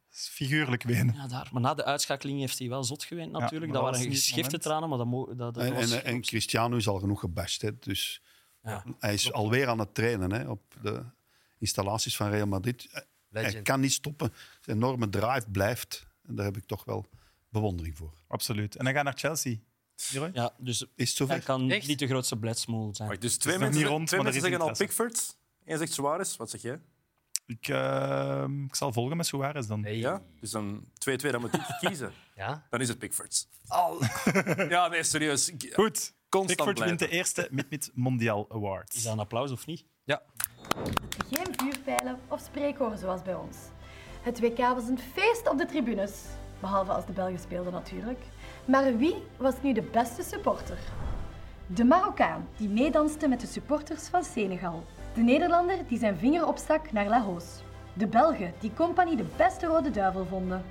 Figuurlijk wenen. Ja, daar. Maar na de uitschakeling heeft hij wel zot gewend natuurlijk. maar dat dat was waren niet het geschifte moment. tranen, maar dat, mo- dat, dat En, was... en, en Cristiano is al genoeg gebashed. Hè. Dus Ja. hij is alweer aan het trainen hè, op de installaties van Real Madrid. Hij Legend. kan niet stoppen. Zijn enorme drive blijft. En daar heb ik toch wel bewondering voor. Absoluut. En dan gaan naar Chelsea. Leroy? Ja, dus Is het hij zover? kan Echt? niet de grootste blitzmoel zijn. Wacht, dus twee nog mensen, niet rond, twee maar er mensen is zeggen al interesse. Pickford. Eén zegt Suarez. Wat zeg jij? Ik, uh, ik zal volgen met Suarez dan. Hey. Ja? Dus dan twee twee, dan moet ik kiezen. Ja? Dan is het Pickford. Al. Ja, nee, serieus. Ik- Goed. Constant Pickford wint blijven. de eerste Mid-Mid Mondial Award. Is dat een applaus of niet? Ja. Geen vuurpijlen of spreekhoren zoals bij ons. Het W K was een feest op de tribunes. Behalve als de Belgen speelden natuurlijk. Maar wie was nu de beste supporter? De Marokkaan die meedanste met de supporters van Senegal. De Nederlander die zijn vinger opstak naar Laos. De Belgen die Compagnie de beste rode duivel vonden.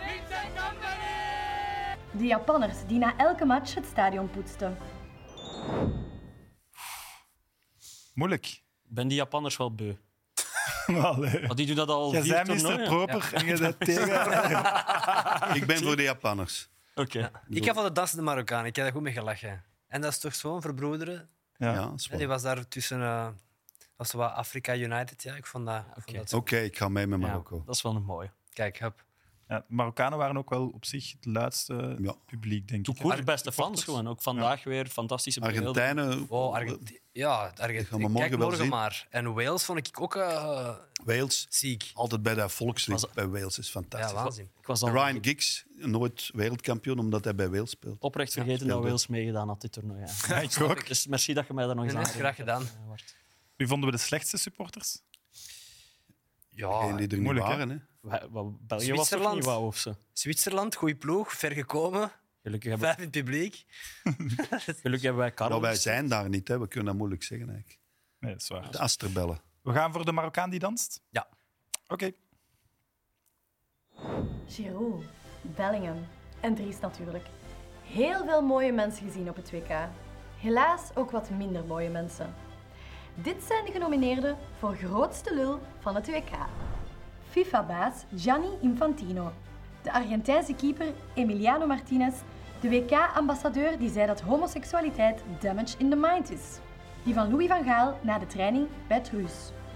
De Japanners die na elke match het stadion poetsten. Moeilijk. Ik ben die Japanners wel beu. Allee. Want die doen dat al Jij vier zei mister toernooien. Proper en je bent tegen. Ik ben voor de Japanners. Oké. Ik ga van de dansende Marokkaan. Ik heb daar goed mee gelachen. En dat is toch zo'n verbroederen? Ja. Ja, dat is Ja, die waar. was daar tussen... uh, was zo wat Afrika United. Ja, ik vond dat... ik vond dat zo. Oké, ik ga mee met Ja, Marokko. dat is wel een mooie. Kijk, hup. Ja, de Marokkanen waren ook wel op zich het luidste Ja. publiek, denk ik. Goed, de beste fans gewoon. Ook vandaag weer fantastische beelden. Argentijnen, Oh, Argentinië. Ja, Argentinië. gaan we morgen Kijk wel morgen zien. maar. En Wales vond ik ook uh, Wales. ziek. Altijd bij dat volkslied Was- bij Wales is Ja, fantastisch. waanzin. Ik was al Ryan Giggs, nooit wereldkampioen omdat hij bij Wales speelt. oprecht vergeten dat speelde. Wales meegedaan had dit toernooi. Ja. Ja, ik ook. Dus merci dat je mij daar nog eens Nee, aan nee, graag gedaan. Wie vonden we de slechtste supporters? Ja, Geen die er niet moeilijk, hè? waren. Hè? België was toch Zwitserland. niet wauw of zo? Zwitserland, goede ploeg, ver gekomen. Gelukkig hebben, Vijf in het publiek. gelukkig hebben wij Carlos. Nou, wij zijn daar niet, hè. We kunnen dat moeilijk zeggen. Eigenlijk. Nee, dat is waar. De Asterbellen. We gaan voor de Marokkaan die danst? Ja. Oké. Giroud, Bellingham en Dries natuurlijk. Heel veel mooie mensen gezien op het W K. Helaas ook wat minder mooie mensen. Dit zijn de genomineerden voor grootste lul van het W K. FIFA-baas Gianni Infantino. De Argentijnse keeper Emiliano Martinez. De W K-ambassadeur die zei dat homoseksualiteit damage in the mind is. Die van Louis van Gaal na de training bij Truus.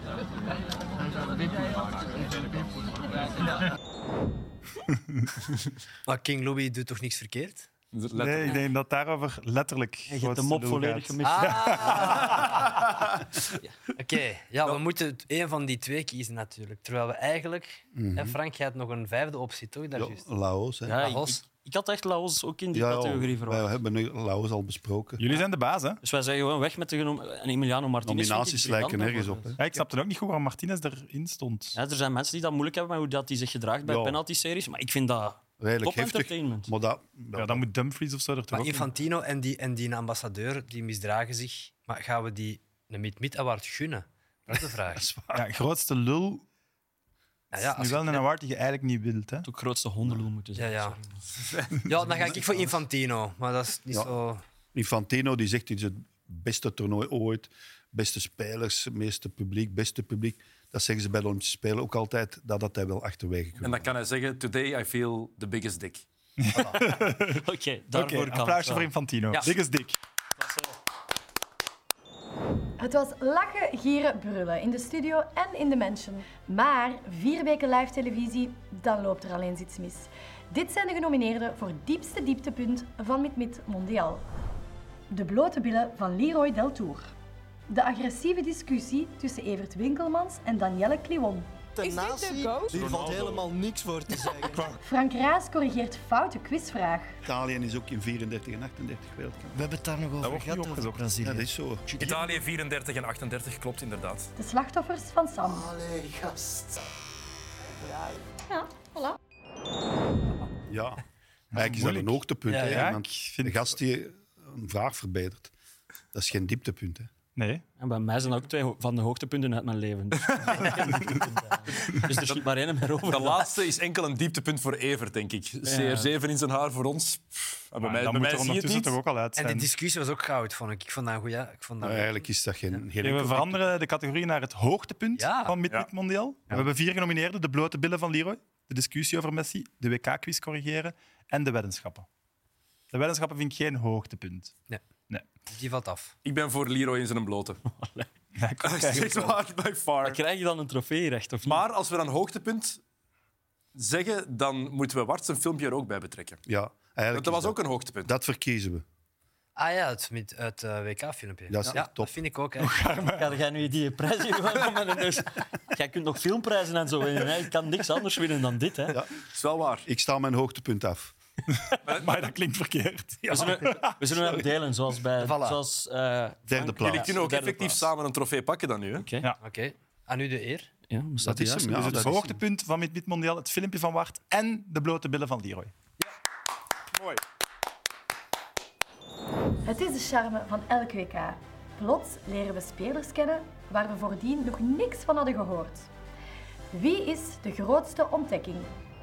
Maar King Louis doet toch niks verkeerd? Nee, ik denk dat daarover letterlijk. Je hebt de mop volledig gemist. Ah. Oké, ja, we moeten één van die twee kiezen natuurlijk. Terwijl we eigenlijk... hè, Frank, jij had nog een vijfde optie, toch? Dat is Ja, juist. Laos. Hè. Ja, ik, Laos. ik, ik had echt Laos ook in die Ja, categorie wij verwacht. hebben nu Laos al besproken. Jullie zijn de baas, hè? Dus wij zeggen gewoon weg met de genom- en Emiliano Martinez. vind ik Nominaties briljant lijken nergens daarvoor. op. Hè. Ja, ik snapte ook niet goed waarom Martinez erin stond. Ja, er zijn mensen die dat moeilijk hebben met hoe dat hij zich gedraagt bij Ja. penalty-series. Maar ik vind dat Redelijk top heftig. entertainment. Maar dat, Ja, dan moet Dumfries of zo er toch Maar ook in. Infantino en die, en die ambassadeur, die misdragen zich. Maar gaan we die een Mid-Mid Award gunnen? Dat is de vraag. Ja, grootste lul Ja, ja, is als nu wel je- een award die je eigenlijk niet wilt. Hè? Het ook grootste hondenlul moeten ja, zijn. ja. Sorry. ja, dan ga ik voor Infantino. Maar dat is niet Ja. zo... Infantino die zegt het is het beste toernooi ooit. Beste spelers, meeste publiek, beste publiek. Dat zeggen ze bij de Olympische Spelen ook altijd. Dat had hij wel achterwege kunnen. En dan kan hij zeggen, today I feel the biggest dick. Oké, Oké, daarvoor kan applausje het voor wel. Infantino. Ja. Dik is dik. Het was lachen, gieren, brullen in de studio en in de mansion. Maar vier weken live televisie, dan loopt er al eens iets mis. Dit zijn de genomineerden voor diepste dieptepunt van Mid-Mid Mondial. De blote billen van Leroy Deltour. De agressieve discussie tussen Evert Winkelmans en Danielle Kliwon. De nazi, hier valt helemaal niks voor te zeggen. Frank Raas corrigeert foute quizvraag. Italië is ook in vierendertig en achtendertig wereldkampioen. We hebben het daar nog over wordt gehad, niet over opgezocht. Brazilië. Ja, dat is zo. Italië vierendertig en achtendertig, klopt inderdaad. De slachtoffers van Sam. Allee, gast. Ja, voilà. Ja. Eigenlijk is dat een moeilijk. hoogtepunt. Ja, hè. ja, Iemand- ik vind- De gast die een vraag verbetert. Dat is geen dieptepunt. Hè. Nee. En bij mij zijn dat ook twee ho- van de hoogtepunten uit mijn leven. Dus, dus er schiet maar één meer over. De laatste is enkel een dieptepunt voor Evert, denk ik. C R zeven in zijn haar voor ons. Pff, bij Maar mij, dan bij moet mij er zie je het ondertussen niet. toch ook al uit En zijn. die discussie was ook goud, vond ik. Ik vond dat goed, ja. Ik vond dat... Maar eigenlijk is dat geen, geen Oké, we enkel veranderen de categorie naar het hoogtepunt Ja. van Mid-Mid Ja. Mondial. We hebben vier genomineerden. De blote billen van Leroy. de discussie over Messi, de W K-quiz corrigeren en de weddenschappen. De weddenschappen vind ik geen hoogtepunt. Nee. Nee. Die valt af. Ik ben voor Leroy in zijn blote. Ja, ik ook Dat is eigenlijk echt wel. waar, by far. Maar krijg je dan een trofeerecht of niet? Maar als we dan hoogtepunt zeggen, dan moeten we Wart zijn filmpje er ook bij betrekken. Ja, Want eigenlijk dat was is ook een hoogtepunt. dat verkiezen we. Ah ja, het, met, het uh, W K-filmpje. Dat is ja, echt top. dat vind ik ook. Eigenlijk. Ga jij nu die prijs hier gewoon met een neus? Jij kunt nog filmprijzen en zo winnen. Hè? Je kan niks anders winnen dan dit. Hè? Ja. Dat is wel waar. Ik sta mijn hoogtepunt af. Maar dat klinkt verkeerd. Ja. We zullen, we zullen hem delen, zoals bij... Voilà. Zoals, uh, Derde Frank- plaats. Jullie kunnen ook Derde effectief plaats. samen een trofee pakken dan nu. Hè? Oké. Ja. Oké, okay. Aan u de eer. Ja, hoe staat Dat die is hem, juist? ja. Dus het dat is- hoogtepunt van Mid-Mid Mondiaal, het filmpje van Wart en de blote billen van Leroy. Mooi. Het is de charme van elk W K. Plots leren we spelers kennen waar we voordien nog niks van hadden gehoord. Wie is de grootste ontdekking?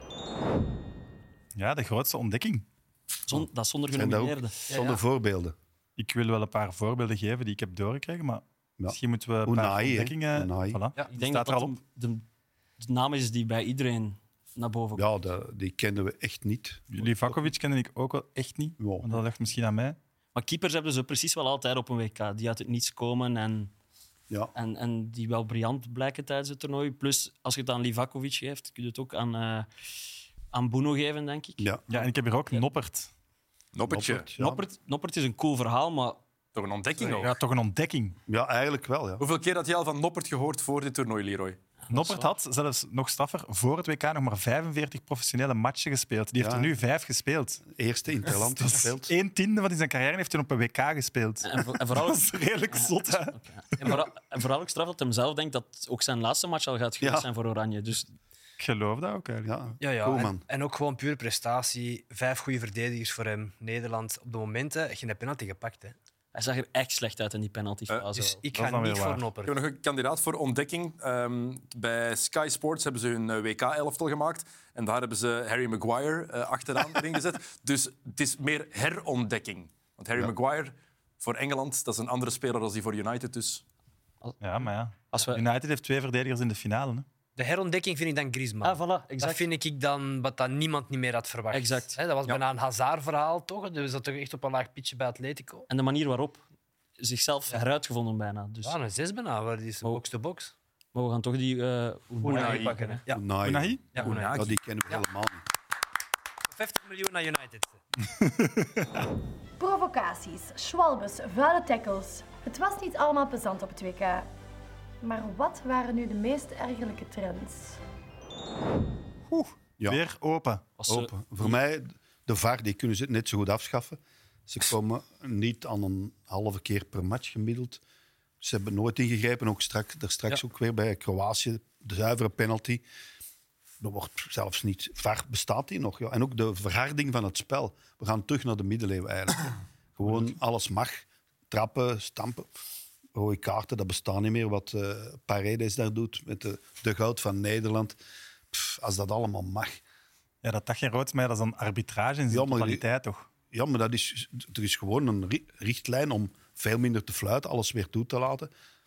Ja, de grootste ontdekking. Zon, dat is zonder Zijn dat ook genomineerden. zonder voorbeelden. Ik wil wel een paar voorbeelden geven die ik heb doorgekregen, maar Ja. misschien moeten we een paar Unai, hè. ontdekkingen... Unai. Voilà. Ja, Ik denk Staat dat er al dat op. de, de naam is die bij iedereen naar boven komt. Ja, dat, die kenden we echt niet. Livakovic kende ik ook wel echt niet. Ja. Want dat ligt misschien aan mij. Maar keepers hebben ze precies wel altijd op een W K. Die uit het niets komen en, Ja. en, en die wel briljant blijken tijdens het toernooi. Plus, als je het aan Livakovic geeft, kun je het ook aan, uh, aan Boeno geven, denk ik. Ja. Ja, en ik heb hier ook Ja. Noppert. Noppertje. Noppert, ja. Noppert, Noppert is een cool verhaal, maar Toch een ontdekking ook. Ja, toch een ontdekking. Ja, eigenlijk wel. Ja. Hoeveel keer had je al van Noppert gehoord voor dit toernooi, Leroy? Noppert had zelfs nog straffer voor het W K nog maar vijfenveertig professionele matchen gespeeld. Die heeft Ja. er nu vijf gespeeld. Eerste Interland Dat is gespeeld. een tiende van zijn carrière heeft hij op een W K gespeeld. en, voor- en vooral ook, Dat is redelijk zot, hè? en vooral, en vooral ook straf dat hij zelf denkt dat ook zijn laatste match al gaat geweest Ja. zijn voor Oranje. Dus Ik geloof dat ook eigenlijk. Ja, Ja, ja. cool, en, man. en ook gewoon puur prestatie. Vijf goede verdedigers voor hem. Nederland op de momenten geen penalty gepakt. Hè. hij zag er echt slecht uit in die penaltyfase. Dus wel. ik Dat is ga dan niet weer voor waar. Ik Noppert. heb nog een kandidaat voor ontdekking. Ehm, bij Sky Sports hebben ze hun eh, W K-elftal gemaakt. En daar hebben ze Harry Maguire eh, achteraan erin gezet. Dus het is meer herontdekking. Want Harry Ja. Maguire voor Engeland, dat is een andere speler dan die voor United. Dus Ja, maar ja. Als we, United heeft twee verdedigers in de finale. Hè. De herontdekking vind ik dan Griezmann. ah, voilà, Dat exact. vind ik dan wat dat niemand niet meer had verwacht. Exact. Hè, dat was Ja. bijna een Hazard-verhaal, toch? Dus dat toch echt op een laag pitje bij Atletico. En de manier waarop zichzelf heruitgevonden bijna. Dus, Ja, een zes bijna, waar die is Oh. box-to-box. maar we gaan toch die uh, Unai pakken. Hè? Ja, Unai. Unai? ja, Unai. Ja, die kennen we Ja. helemaal niet. vijftig miljoen naar United. Provocaties, schwalbes, vuile tackles. Het was niet allemaal plezant op het W K. Maar wat waren nu de meest ergerlijke trends? Ja. Weer open. Als ze- Open. Voor mij, de V A R die kunnen ze net zo goed afschaffen. Ze komen niet aan een halve keer per match gemiddeld. Ze hebben nooit ingegrepen, ook straks, daar straks Ja. ook weer bij Kroatië, de zuivere penalty. Dat wordt zelfs niet. V A R bestaat die nog. Ja. En ook de verharding van het spel. We gaan terug naar de middeleeuwen eigenlijk. Gewoon alles mag. Trappen, stampen. Rode kaarten, dat bestaat niet meer. Wat uh, Paredes daar doet met de, de goud van Nederland. Pff, als dat allemaal mag. Ja, dat dat geen rood is, maar dat is dan arbitrage in zijn Ja, maar die- totaliteit, toch? Ja, maar dat is, er is gewoon een ri- richtlijn om veel minder te fluiten, alles weer toe te laten.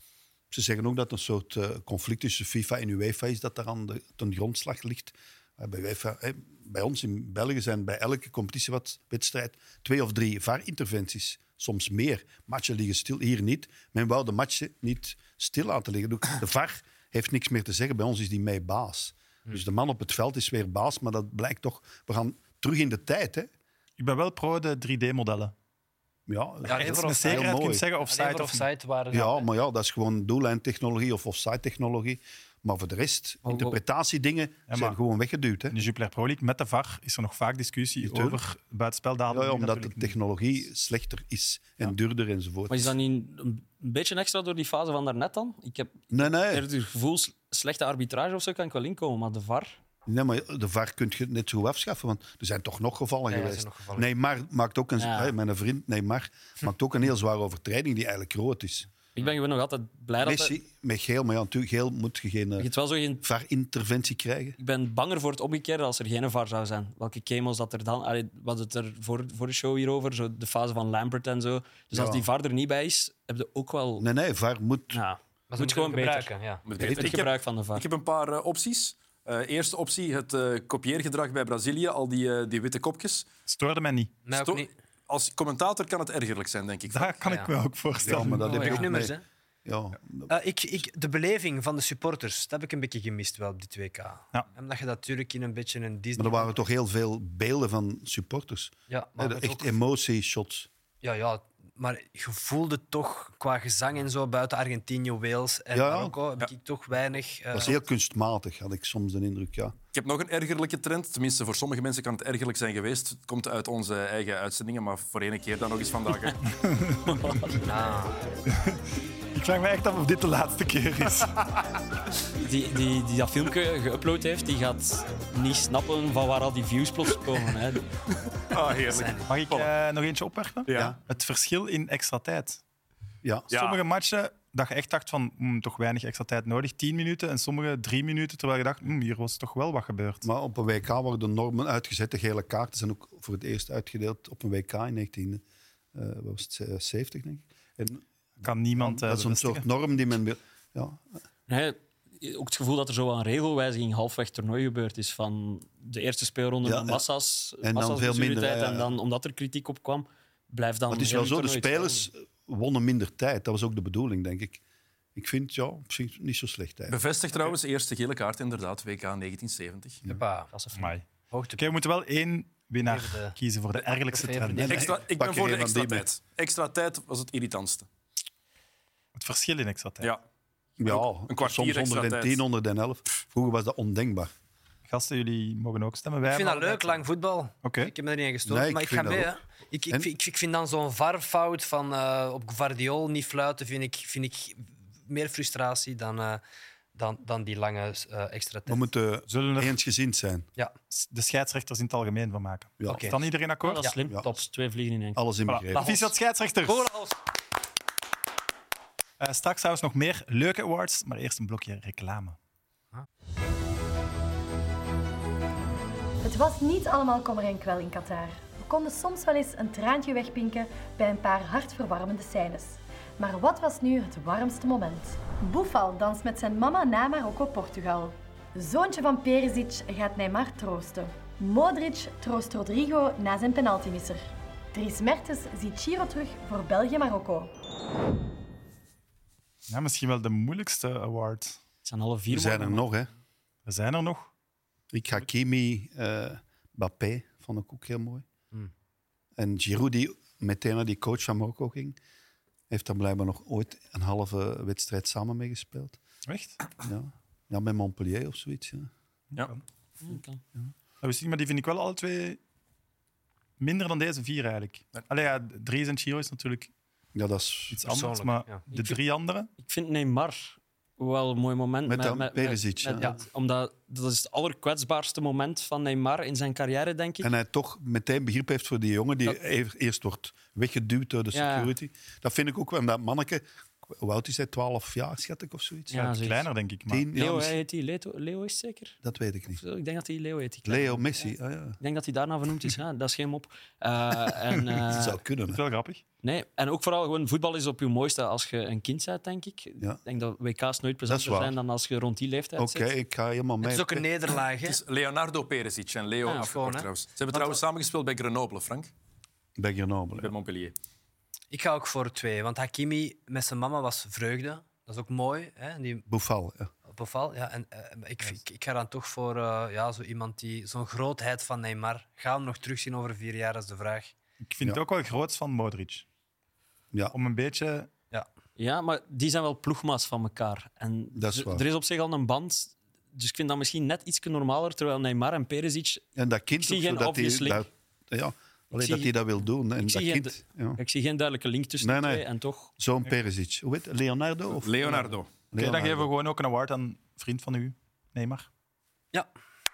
Ze zeggen ook dat een soort uh, conflict tussen FIFA en UEFA is dat daar aan de ten grondslag ligt. Uh, bij, UEFA, eh, bij ons in België zijn bij elke competitiewedstrijd twee of drie V A R-interventies. Soms meer. Matchen liggen stil. Hier niet. Men wou de matchen niet stil laten liggen. De V A R heeft niks meer te zeggen. Bij ons is die mee baas. Dus de man op het veld is weer baas, maar dat blijkt toch... We gaan terug in de tijd, hè. Ik ben wel pro de drie D-modellen. Ja, Ja, Echt alleen met voor zekerheid heel kunt mooi. zeggen Alleen offside voor of niet. offside waren Ja, maar ja, dat is gewoon doellijntechnologie of offside-technologie. Maar voor de rest, oh. interpretatiedingen maar- zijn gewoon weggeduwd. Hè? In de Jupiler Pro League met de V A R is er nog vaak discussie Natuurlijk. over buitenspel. Dat Ja, hadden ja, we nu omdat de natuurlijk niet. technologie slechter is en duurder enzovoort. Maar is dat niet een beetje extra door die fase van daarnet dan? Ik heb Nee, nee. eerder het gevoel, s- slechte arbitrage of zo kan ik wel inkomen, maar de V A R... nee, maar de V A R kun je net zo goed afschaffen, want er zijn toch nog gevallen Ja, ja, er geweest. zijn nog gevallen. Neymar maakt ook een, Ja. hè, mijn vriend Neymar maakt ook een heel zware overtreding die eigenlijk rood is. Ik ben gewoon nog altijd blij dat... Messi met geel, maar ja, natuurlijk geel moet je geen Je eh, hebt wel zo geen... V A R-interventie krijgen. Ik ben banger voor het omgekeerde als er geen V A R zou zijn. Welke chemos dat er dan... Allee, we hadden het er voor, voor de show hierover, zo de fase van Lampert en zo. Dus als Ja. die V A R er niet bij is, heb je ook wel... Nee, nee, V A R moet... Ja, Maar ze moet gewoon moeten beter. gebruiken, ja. Moet Het beter. Ik heb, gebruik van de V A R. ik heb een paar eh, opties. Uh, eerste optie, het uh, kopieergedrag bij Brazilië, al die, uh, die witte kopjes. Stoorde mij niet. Mij ook Sto- niet. Als commentator kan het ergerlijk zijn, denk ik. Daar kan Ja. ik me ook voorstellen. Ja, maar dat Oh, heb ik ook rugnummers, mee. hè. Ja, Uh, ik, ik, de beleving van de supporters, dat heb ik een beetje gemist wel op dit W K. Ja. Omdat je dat natuurlijk in een beetje een Disney... maar er waren toch heel veel beelden van supporters. Ja, maar Hè, het echt ook- emotieshots. ja, ja, maar je voelde toch qua gezang en zo buiten Argentinië, Wales en Ja, ja. Marokko heb ik toch weinig... uh, Dat was heel kunstmatig, had ik soms de indruk. Ja. Ik heb nog een ergerlijke trend. Tenminste, voor sommige mensen kan het ergerlijk zijn geweest. Het komt uit onze eigen uitzendingen, maar voor één keer dan nog eens vandaag. Hè. ah, Ik vraag me echt af of dit de laatste keer is. Die, die, die dat filmpje geüpload heeft, die gaat niet snappen van waar al die views plots komen. Hè. Ah, heerlijk. Mag ik uh, nog eentje opwerpen? Ja. Het verschil in extra tijd. Ja. Ja. Sommige matchen dat je echt dacht van mm, toch weinig extra tijd nodig, tien minuten, en sommige drie minuten, terwijl je dacht, mm, hier was toch wel wat gebeurd. Maar op een W K worden normen uitgezet. De gele kaarten zijn ook voor het eerst uitgedeeld op een W K in negentien zeventig, denk ik. En Kan niemand uh, dat is een bevestigen. soort norm die men wil. Ja, Nee, ook het gevoel dat er zo een regelwijziging halfweg toernooi gebeurd is. Van de eerste speelronde Ja, met ja. massa's, dan massa's veel minder, blessuretijd, ja, ja. En dan, omdat er kritiek op kwam, blijft dan... maar het is heel wel zo, de het toernooi spelers wonnen minder tijd. Dat was ook de bedoeling, denk ik. Ik vind ja, op zich niet zo slecht. Tijd. Bevestigd trouwens, eerste gele kaart inderdaad, W K negentien zeventig. Hoppa, hetzelfde. Amai. hoogte. Oké, we moeten wel één winnaar Even de- kiezen voor de ergelijkste even trend. de- Extra, ik Pak ben er voor de een van extra die tijd. Extra tijd was het irritantste. Het verschil in extra tijd. Ja. Ja, een kwartier soms extra honderdtien, tijd. honderdelf. Vroeger was dat ondenkbaar. Gasten, jullie mogen ook stemmen. Wij Ik vind dat hebben leuk, allebei- lang voetbal. Oké. Ik heb me er niet in gestoken, Nee, ik maar ik vind ga dat mee. ook. Hè. Ik, ik, En- vind- ik, vind dan zo'n varfout van uh, op Gvardiol niet fluiten, vind ik, vind ik meer frustratie dan, uh, dan, dan die lange uh, extra We tijd. moeten Zullen er eensgezind zijn. Ja, de scheidsrechters in het algemeen van maken? Ja. Oké. Is dan iedereen Ja, akkoord? dat is slim. Ja. Top. Twee vliegen in één. Alles Voilà. inbegrepen. Proficiat scheidsrechters. Goals. Uh, straks trouwens nog meer leuke awards, maar eerst een blokje reclame. Het was niet allemaal kommer en kwel in Qatar. We konden soms wel eens een traantje wegpinken bij een paar hartverwarmende scènes. Maar wat was nu het warmste moment? Boufal danst met zijn mama na Marokko-Portugal. Zoontje van Perisic gaat Neymar troosten. Modric troost Rodrigo na zijn penaltymisser. Dries Mertens ziet Chiro terug voor België-Marokko. Ja, misschien wel de moeilijkste award. Het zijn alle vier. Er zijn er nog, hè. Er zijn er nog. Ik Hakimi, uh, Mbappé, vond ik ook heel mooi. Hmm. En Giroud, die meteen naar die coach van Marokko ging, heeft daar blijkbaar nog ooit een halve wedstrijd samen mee gespeeld. Echt? Ja, ja met Montpellier of zoiets. Ja. Ja. Okay. Dat wist ik, maar die vind ik wel alle twee minder dan deze vier eigenlijk. Allee, ja, Dries en Chiro is natuurlijk Ja, dat is iets anders, Persoonlijk, maar ja. de drie anderen... Ik vind Neymar wel een mooi moment. Met hem, Perisic, met- ja. met- Omdat dat is het allerkwetsbaarste moment van Neymar in zijn carrière, denk ik. En hij toch meteen begrip heeft voor die jongen die Dat- e- eerst wordt weggeduwd door de Ja. security. Dat vind ik ook wel. En dat manneke, hoe oud is hij? twaalf jaar, schat ik, of zoiets? Ja, zoiets. Kleiner, denk ik. Maar... Tien? Ja, Leo, misschien- heet hij. Leo, Leo is het zeker? Dat weet ik niet. Ik denk dat hij Leo heet. die kleine. Leo Messi, ah, ja. Ik denk dat hij daarna vernoemd is. Ja, dat is geen mop. Eh, en, eh, Dat zou kunnen. Dat Hè. is wel grappig. nee, en ook vooral, gewoon, voetbal is op je mooiste als je een kind bent, denk ik. Ja. Ik denk dat W K's nooit plezanter waar. zijn dan als je rond die leeftijd Oké, zit. ik ga helemaal mee. Het is ook een nederlaag. Hè? Het is Leonardo Perisic en Leo Ah, afgekort schoon, hè? trouwens. Ze hebben trouwens samengespeeld bij Grenoble, Frank. Bij Grenoble. Bij Montpellier. Ik ga ook voor twee, want Hakimi met zijn mama was vreugde. Dat is ook mooi. Hè? Die Boufal, ja. beval. Ja, en, uh, ik, ik, ik ga dan toch voor uh, ja, zo iemand die zo'n grootheid van Neymar. Gaan we hem nog terugzien over vier jaar, dat is de vraag. Ik vind het Ja. ook wel groots van Modric. Ja. Om een beetje... Ja, maar die zijn wel ploegmaats van elkaar. En Dat is er- waar. er is op zich al een band. Dus ik vind dat misschien net iets normaler, terwijl Neymar en Perisic... En dat kind Ik zie ook, geen zo dat obvious hij link. dat, ja, alleen zie- dat hij dat wil doen. En ik dat zie geen- kind, ja. Ik zie geen duidelijke link tussen Nee, de nee. twee. En toch... Zo'n Perisic. Hoe heet het? Leonardo? Of? Leonardo. Oké, dan Leonardo. geven we gewoon ook een award aan een vriend van u, Neymar. Ja,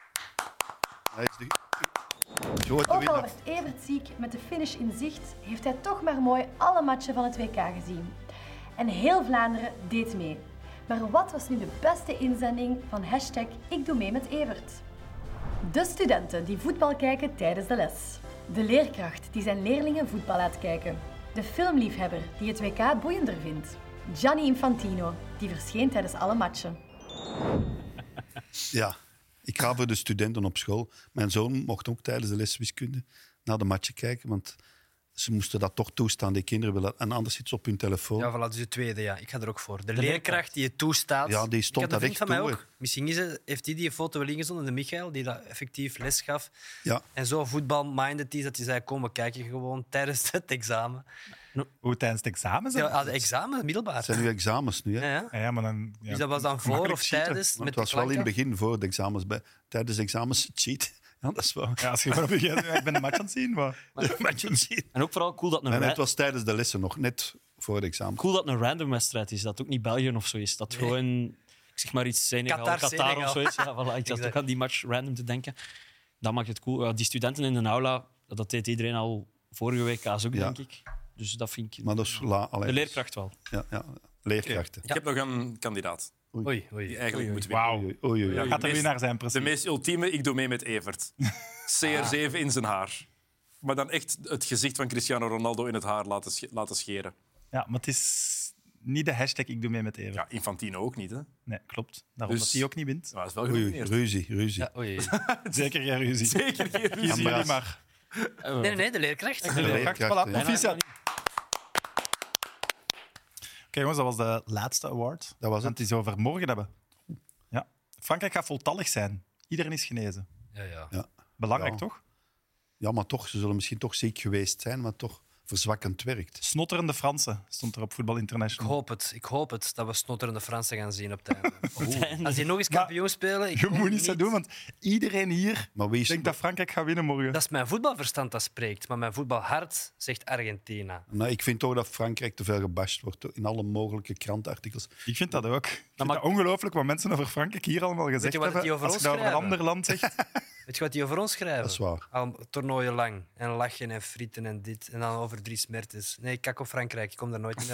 Hij is de grote Ook al winnaar. werd Evert ziek, met de finish in zicht, heeft hij toch maar mooi alle matchen van het W K gezien. En heel Vlaanderen deed mee. Maar wat was nu de beste inzending van hashtag Ik doe mee met Evert? De studenten die voetbal kijken tijdens de les. De leerkracht die zijn leerlingen voetbal laat kijken. De filmliefhebber die het W K boeiender vindt. Gianni Infantino, die verscheen tijdens alle matchen. Ja. Ik ga voor de studenten op school. Mijn zoon mocht ook tijdens de les wiskunde naar de matchen kijken, want ze moesten dat toch toestaan, die kinderen willen. En anders zitten ze op hun telefoon. Ja, voilà, dus de tweede, ja. Ik ga er ook voor. De, de leerkracht die het toestaat. Ja, die stond ik had daar een vriend echt van mij toe, ook. Misschien is het, heeft hij die foto wel ingezonden, de Michael, die dat effectief les gaf. Ja. En zo voetbal-minded is dat hij zei, kom, we kijken gewoon tijdens het examen. Hoe tijdens het examen? Ja, ah, de examen, middelbaar. Het zijn nu examens nu, hè? Ja, ja. Ja, ja, maar dan, ja, Dus dat was dan voor makkelijk of cheaten. tijdens? Maar Met het was de wel in het klanken? begin voor de examens. Bij, tijdens de examens cheat. Ja, dat is wel. Ja, als je gewoon op je ja, ik ben de match aan het zien, maar... De matchen zien. En ook vooral cool dat, een Nee, nee, ra- het was tijdens de lessen nog, net voor de examen. cool dat een random wedstrijd is. Dat het ook niet België of zo is. Dat Nee. gewoon, ik zeg maar iets, Senegal, Qatar, Qatar, Senegal. of zo is. Ja, voilà, ik zat Exact. ook aan die match random te denken. Dat maakt het cool. Ja, die studenten in de aula, dat deed iedereen al vorige week ook, Ja. denk ik. Dus dat vind ik... Maar dat is la, allee, De leerkracht wel. Ja, ja, leerkrachten. Ik heb nog een kandidaat Oei, oei. die eigenlijk moet winnen. Wauw. Oei, oei, oei. Ja, gaat er meest- weer naar zijn, De precies. meest ultieme, ik doe mee met Evert. C R zeven in zijn haar. Maar dan echt het gezicht van Cristiano Ronaldo in het haar laten, sch- laten scheren. Ja, maar het is niet de hashtag ik doe mee met Evert. Ja, Infantino ook niet, hè? Nee, klopt. Daarom Dus- dat hij ook niet wint. Ja, dat is wel Oei, oei, genomineerd. ruzie, ruzie. Ja, oei. Zeker geen ruzie. Zeker geen ruzie. Kiezen jullie Andreas. maar. Eh, Nee, nee, nee, de leerkracht. De leerkracht, leerkracht, voilà. ja. Proficiat. Oké, jongens, dat was de laatste award. Dat was We het. gaan het eens over morgen hebben. Ja. Frankrijk gaat voltallig zijn. Iedereen is genezen. Ja, ja. Ja. Belangrijk, Ja. toch? Ja, maar toch, ze zullen misschien toch ziek geweest zijn, maar toch verzwakkend werkt. Snotterende Fransen stond er op Voetbal Ik International. hoop het. Ik hoop het dat we snotterende Fransen gaan zien op het einde. einde. Als die nog eens Maar kampioen spelen... Ik Je hoop moet niet zo doen, want iedereen hier Maar wie is... denkt dat Frankrijk gaat winnen morgen. Dat is mijn voetbalverstand dat spreekt, maar mijn voetbalhart zegt Argentina. Nou, ik vind toch dat Frankrijk te veel gebashed wordt in alle mogelijke krantenartikels. Ik vind dat ook. Ik vind mag- dat ongelooflijk wat mensen over Frankrijk hier allemaal gezegd je wat hebben. die over Als ons je dat over een schrijven? ander land zegt. Weet je wat die over ons schrijven? Dat is waar. Al toernooien lang. En lachen en frieten en dit. En dan over Dries Mertens. Nee, kak op Frankrijk. Ik kom daar nooit meer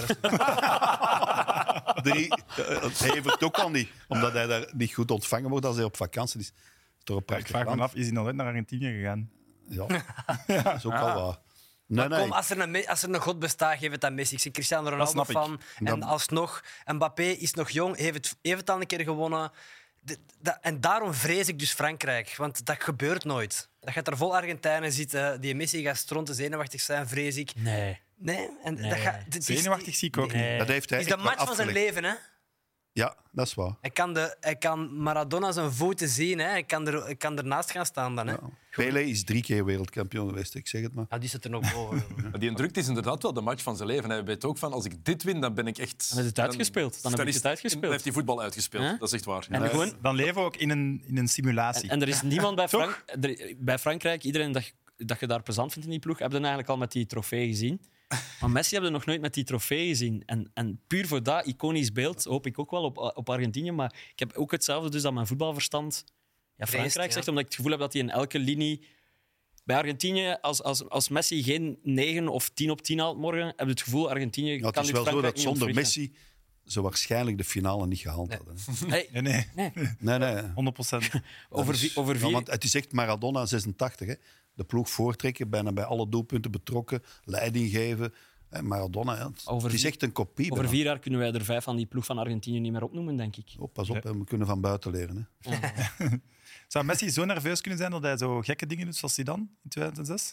naartoe. Drie, eh, het Evert ook al niet, omdat hij daar niet goed ontvangen wordt als hij op vakantie is. Toch een Ik prachtig vraag me land. af, is hij nog nooit naar Argentinië gegaan? Ja, dat is ook al waar. Nee, nee. Kom, als er, een, Me- als er een god bestaat, geef het aan Messi. Ik ben Cristiano Ronaldo snap ik. fan. En Dan- alsnog, Mbappé is nog jong, heeft het, heeft het al een keer gewonnen. De- dat- en daarom vrees ik dus Frankrijk. Want dat gebeurt nooit. Dat gaat er vol Argentijnen zitten. Die Messi gaat stronten zenuwachtig zijn, vrees ik. Nee. Nee, en Nee. Dat gaat, dit is- Zenuwachtig zie ik ook niet. Nee. Dat heeft hij Het is de echt wel match van zijn afgelegd. leven, hè? Ja, dat is waar. Hij kan, de, hij kan Maradona zijn voeten zien. Hè? Hij, kan er, hij kan ernaast gaan staan dan. Hè? Ja. Pelé is drie keer wereldkampioen geweest, ik zeg het maar. Ah, die zit er nog boven. Maar die drukt is inderdaad wel de match van zijn leven. Hij weet ook van, als ik dit win, dan ben ik echt... Dan is het uitgespeeld. Dan heb ik is- het uitgespeeld. Dan heeft hij voetbal uitgespeeld. Huh? Dat is echt waar. En, Nee. gewoon, Dan leven we ook in een, in een simulatie. en, en er is niemand bij, Toch? Frank, er- bij Frankrijk, iedereen dat, je- dat je daar plezant vindt in die ploeg, heb je eigenlijk al met die trofee gezien. Maar Messi hebben we nog nooit met die trofee gezien. En, en puur voor dat iconisch beeld hoop ik ook wel op, op Argentinië. Maar ik heb ook hetzelfde dus dat mijn voetbalverstand ja, Frankrijk ja. zegt, omdat ik het gevoel heb dat hij in elke linie... Bij Argentinië, als, als, als Messi geen negen of tien op tien haalt morgen, heb je het gevoel Argentinië Ja, het kan is dit wel zo Frankrijk dat niet zonder ontwrichten. Messi ze waarschijnlijk de finale niet gehaald Nee. hadden. Hey, Nee, nee, nee. Nee, nee. honderd procent. Over, Dat is- vi- over Ja, vier... want het is echt Maradona zesentachtig. Hè. De ploeg voortrekken, bijna bij alle doelpunten betrokken, leiding geven. En Maradona, ja, het, Over het is vier- echt een kopie. Over bijna. vier jaar kunnen wij er vijf van die ploeg van Argentinië niet meer opnoemen, denk ik. Oh, pas op, hè, we kunnen van buiten leren. Hè. Zou Messi zo nerveus kunnen zijn dat hij zo gekke dingen doet zoals hij dan in tweeduizend zes?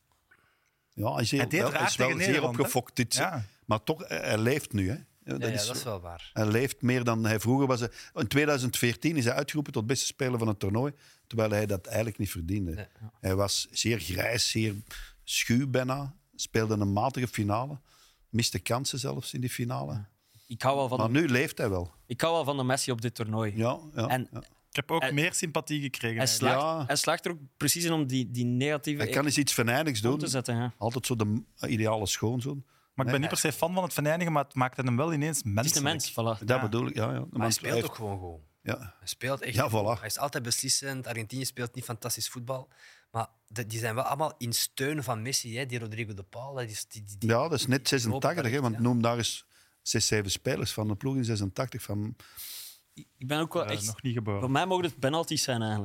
Ja, hij is, heel, Hij deed wel, raar hij is wel tegen zeer Nederland, opgefokt, dit, Ja. maar toch, hij, hij leeft nu. Hè. Ja, Ja, dat ja, is dat is zo. wel waar. Hij leeft meer dan hij vroeger was. In tweeduizend veertien is hij uitgeroepen tot beste speler van het toernooi, terwijl hij dat eigenlijk niet verdiende. Nee. Hij was zeer grijs, zeer schuw bijna, speelde een matige finale, miste kansen zelfs in die finale. Ik hou wel van, Maar de, nu leeft hij wel. ik hou wel van de Messi op dit toernooi. Ja, ja, En ja. Ik heb ook Hij- meer sympathie gekregen. Hij, eigenlijk. slaagt, Ja. hij slaagt er ook precies in om die, die negatieve Hij kan eens iets venijnigs om doen. te zetten. Ja. Altijd zo de ideale schoonzoon. Maar ik ben niet per se fan van het verneinigen, maar het maakte hem wel ineens Het is menselijk. een mens, voilà. Dat Ja. bedoel ik. Ja, ja. De Maar hij man speelt heeft- ook gewoon goed. Ja. Hij speelt echt Ja, goed. voilà. Hij is altijd beslissend. Argentinië speelt niet fantastisch voetbal. Maar de- die zijn wel allemaal in steun van Messi. Hè. Die Rodrigo de Paul. Dat is, die, die, die- ja, dat is net zesentachtig. Hè, echt, want ja. noem daar eens zes, zeven spelers van de ploeg in zesentachtig. Van, Ik ben ook wel Eh, echt... nog niet geboren. Voor mij mogen het penalties zijn, eigenlijk.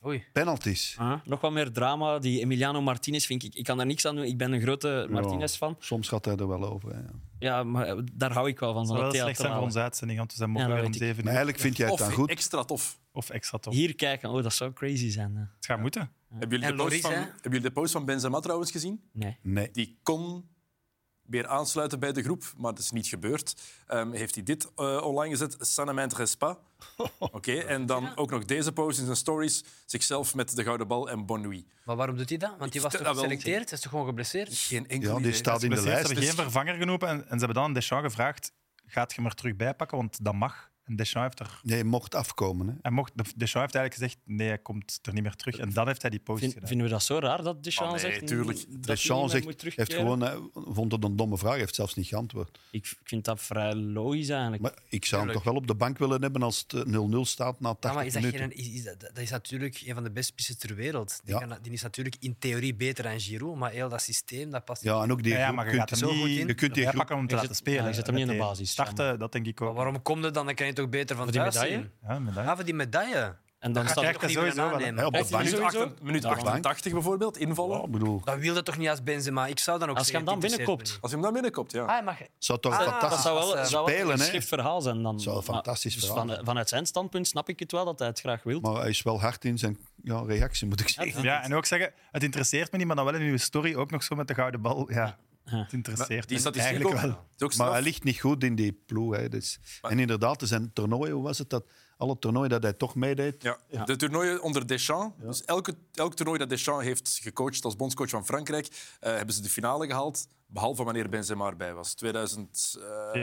Oei. Penalties. Ah, nog wat meer drama. Die Emiliano Martinez vind ik... Ik kan daar niks aan doen. Ik ben een grote Martinez-fan. Soms gaat hij er wel over. Hè, ja. Ja, maar daar hou ik wel van. Dat Van zou dat wel slecht zijn voor theatrale. onze uitzending, want we zijn Ja, morgen dat weer om weet ik. zeven Maar uur. eigenlijk vind jij het Of dan goed. extra tof. Of extra tof. Hier kijken, oh, dat zou crazy zijn. Hè. Het gaat moeten. Hebben jullie, En de post Loris, van, hè? hebben jullie de post van Benzema trouwens gezien? Nee. Nee. Die kon weer aansluiten bij de groep, maar dat is niet gebeurd. Um, heeft hij dit uh, online gezet? Ça ne m'intéresse pas. Oké, okay, en dan ook nog deze post in zijn stories. Zichzelf met de gouden bal en bon nuit. Maar waarom doet hij dat? Want hij was toch Ah, wel. geselecteerd? Hij is toch gewoon geblesseerd? Geen enkel Ja, die idee. staat in de Ze lijst. hebben geen vervanger genomen en, en ze hebben dan aan Deschamps gevraagd: gaat je hem er terug bij pakken? Want dat mag. En Deschamps heeft er. Nee, je mocht afkomen. Hè. Hij mocht, Deschamps heeft eigenlijk gezegd: nee, hij komt er niet meer terug. En dan heeft hij die post Vind, gedaan. vinden we dat zo raar dat Deschamps Oh, nee, zegt? tuurlijk. dat hij niet Deschamps meer zegt, moet heeft terugkeren? gewoon, eh, vond het een domme vraag, heeft zelfs niet geantwoord. Ik, ik vind dat vrij logisch eigenlijk. Maar ik zou hem Tuurlijk. toch wel op de bank willen hebben als het nul nul staat na Ja, tachtig maar is dat, minuten. geen, is, is dat, dat is natuurlijk een van de beste spitsen ter wereld. Die, Ja. kan, die is natuurlijk in theorie beter dan Giroud, maar heel dat systeem dat past Ja, en ook die Ja, ja, groep maar je kunt gaat hem zo goed niet in. je kunt die erbij groep- pakken om hem te Je laten zet- spelen. ja, je zet hem niet in de Meteen. basis. Starten, dat denk ik ook. Maar waarom komt het dan? Dan kan je toch beter van Voor die thuis medaille? zien? Ja, medaille. Ah, voor die medaille. En dan Dat staat krijgt hij toch niet sowieso meer wel. aannemen. Ja, op de Echt bank. niet Minuut, sowieso? achter- minuut Op de bank. achtentachtig bijvoorbeeld, invallen. Ja, ik bedoel, Dat wil dat toch niet als Benzema? Ik zou dan ook Als je hem zeggen, dan het interesseert binnenkomt. Als je hem dan binnenkomt, ja. me niet. Ah, mag je- zou toch Ah, Dat fantastisch zou wel, Als, zou wel spelen, een hè? geschikt verhaal zijn. Dan. Zou een Maar- fantastisch dus verhaal van, vanuit zijn standpunt snap ik het wel dat hij het graag wil. Maar hij is wel hard in zijn ja, reactie, moet ik zeggen. Ja, en ook zeggen: het interesseert me niet, maar dan wel in uw story ook nog zo met de gouden bal. Ja, het interesseert Die me statistiek eigenlijk ook, wel. het is ook Maar straf. hij ligt niet goed in die ploeg. Hè. Dus, en inderdaad, er zijn toernooien, hoe was het dat? Alle toernooien dat hij toch meedeed. Ja. De toernooien onder Deschamps. Dus elke, elk toernooi dat Deschamps heeft gecoacht als bondscoach van Frankrijk, uh, hebben ze de finale gehaald, behalve wanneer Benzema erbij was. tweeduizend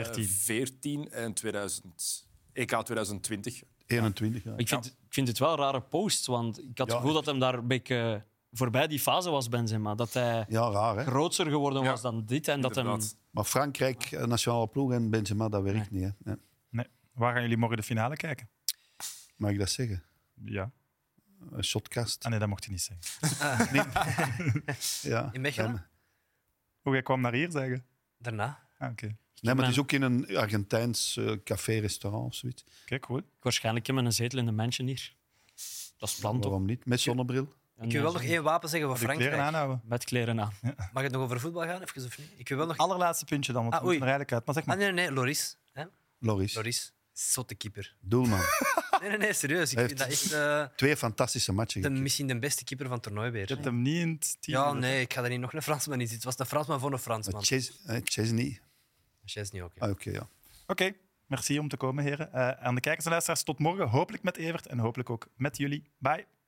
veertien en tweeduizend, E K tweeduizend twintig. eenentwintig, ja. Ik vind, ik vind het wel een rare post, want ik had het Ja, gevoel dat hem daar een beetje voorbij die fase was, Benzema. Dat hij Ja, raar, hè? groter geworden Ja, was dan dit. En dat hem, Inderdaad. Maar Frankrijk, eh, nationale ploeg en Benzema, dat werkt niet. Hè. Nee. Nee. Waar gaan jullie morgen de finale kijken? Mag ik dat zeggen? Ja. Een shotcast. Ah nee, dat mocht je niet zeggen. Ja. In Mechelen? Hoe jij kwam naar hier zeggen? Daarna. Ah, Oké, okay. Nee, maar het is ook in een Argentijns uh, café-restaurant of zoiets. okay, cool. waarschijnlijk in een zetel in de mansion hier. Dat is plan toch? Waarom niet? Met zonnebril. Ik wil wel nog één wapen zeggen voor De kleren Frankrijk. aanhouden. Met kleren aan. Mag het nog over voetbal gaan? Even, of niet? Ik wil wel nog... Allerlaatste puntje dan, want Ah, we moeten oei. er eigenlijk uit. Maar zeg maar. Ah, nee, nee, nee, Loris. Hè? Loris. Loris. Zotte keeper. Doelman. Nee, nee, nee, serieus. Ik Hij vind dat echt uh, Twee fantastische matchen. de, gekeken. misschien de beste keeper van het toernooi weer. Je hebt hem niet in het team. Ja, gezet. nee, ik ga er niet nog een Fransman in zitten. Het was een Fransman voor een Maar Fransman. Chase, eh, Chesney. Chesney is niet oké. Ah, oké, ja. Oké, okay. Merci om te komen, heren. Uh, aan de kijkers en luisteraars, tot morgen. Hopelijk met Evert en hopelijk ook met jullie. Bye.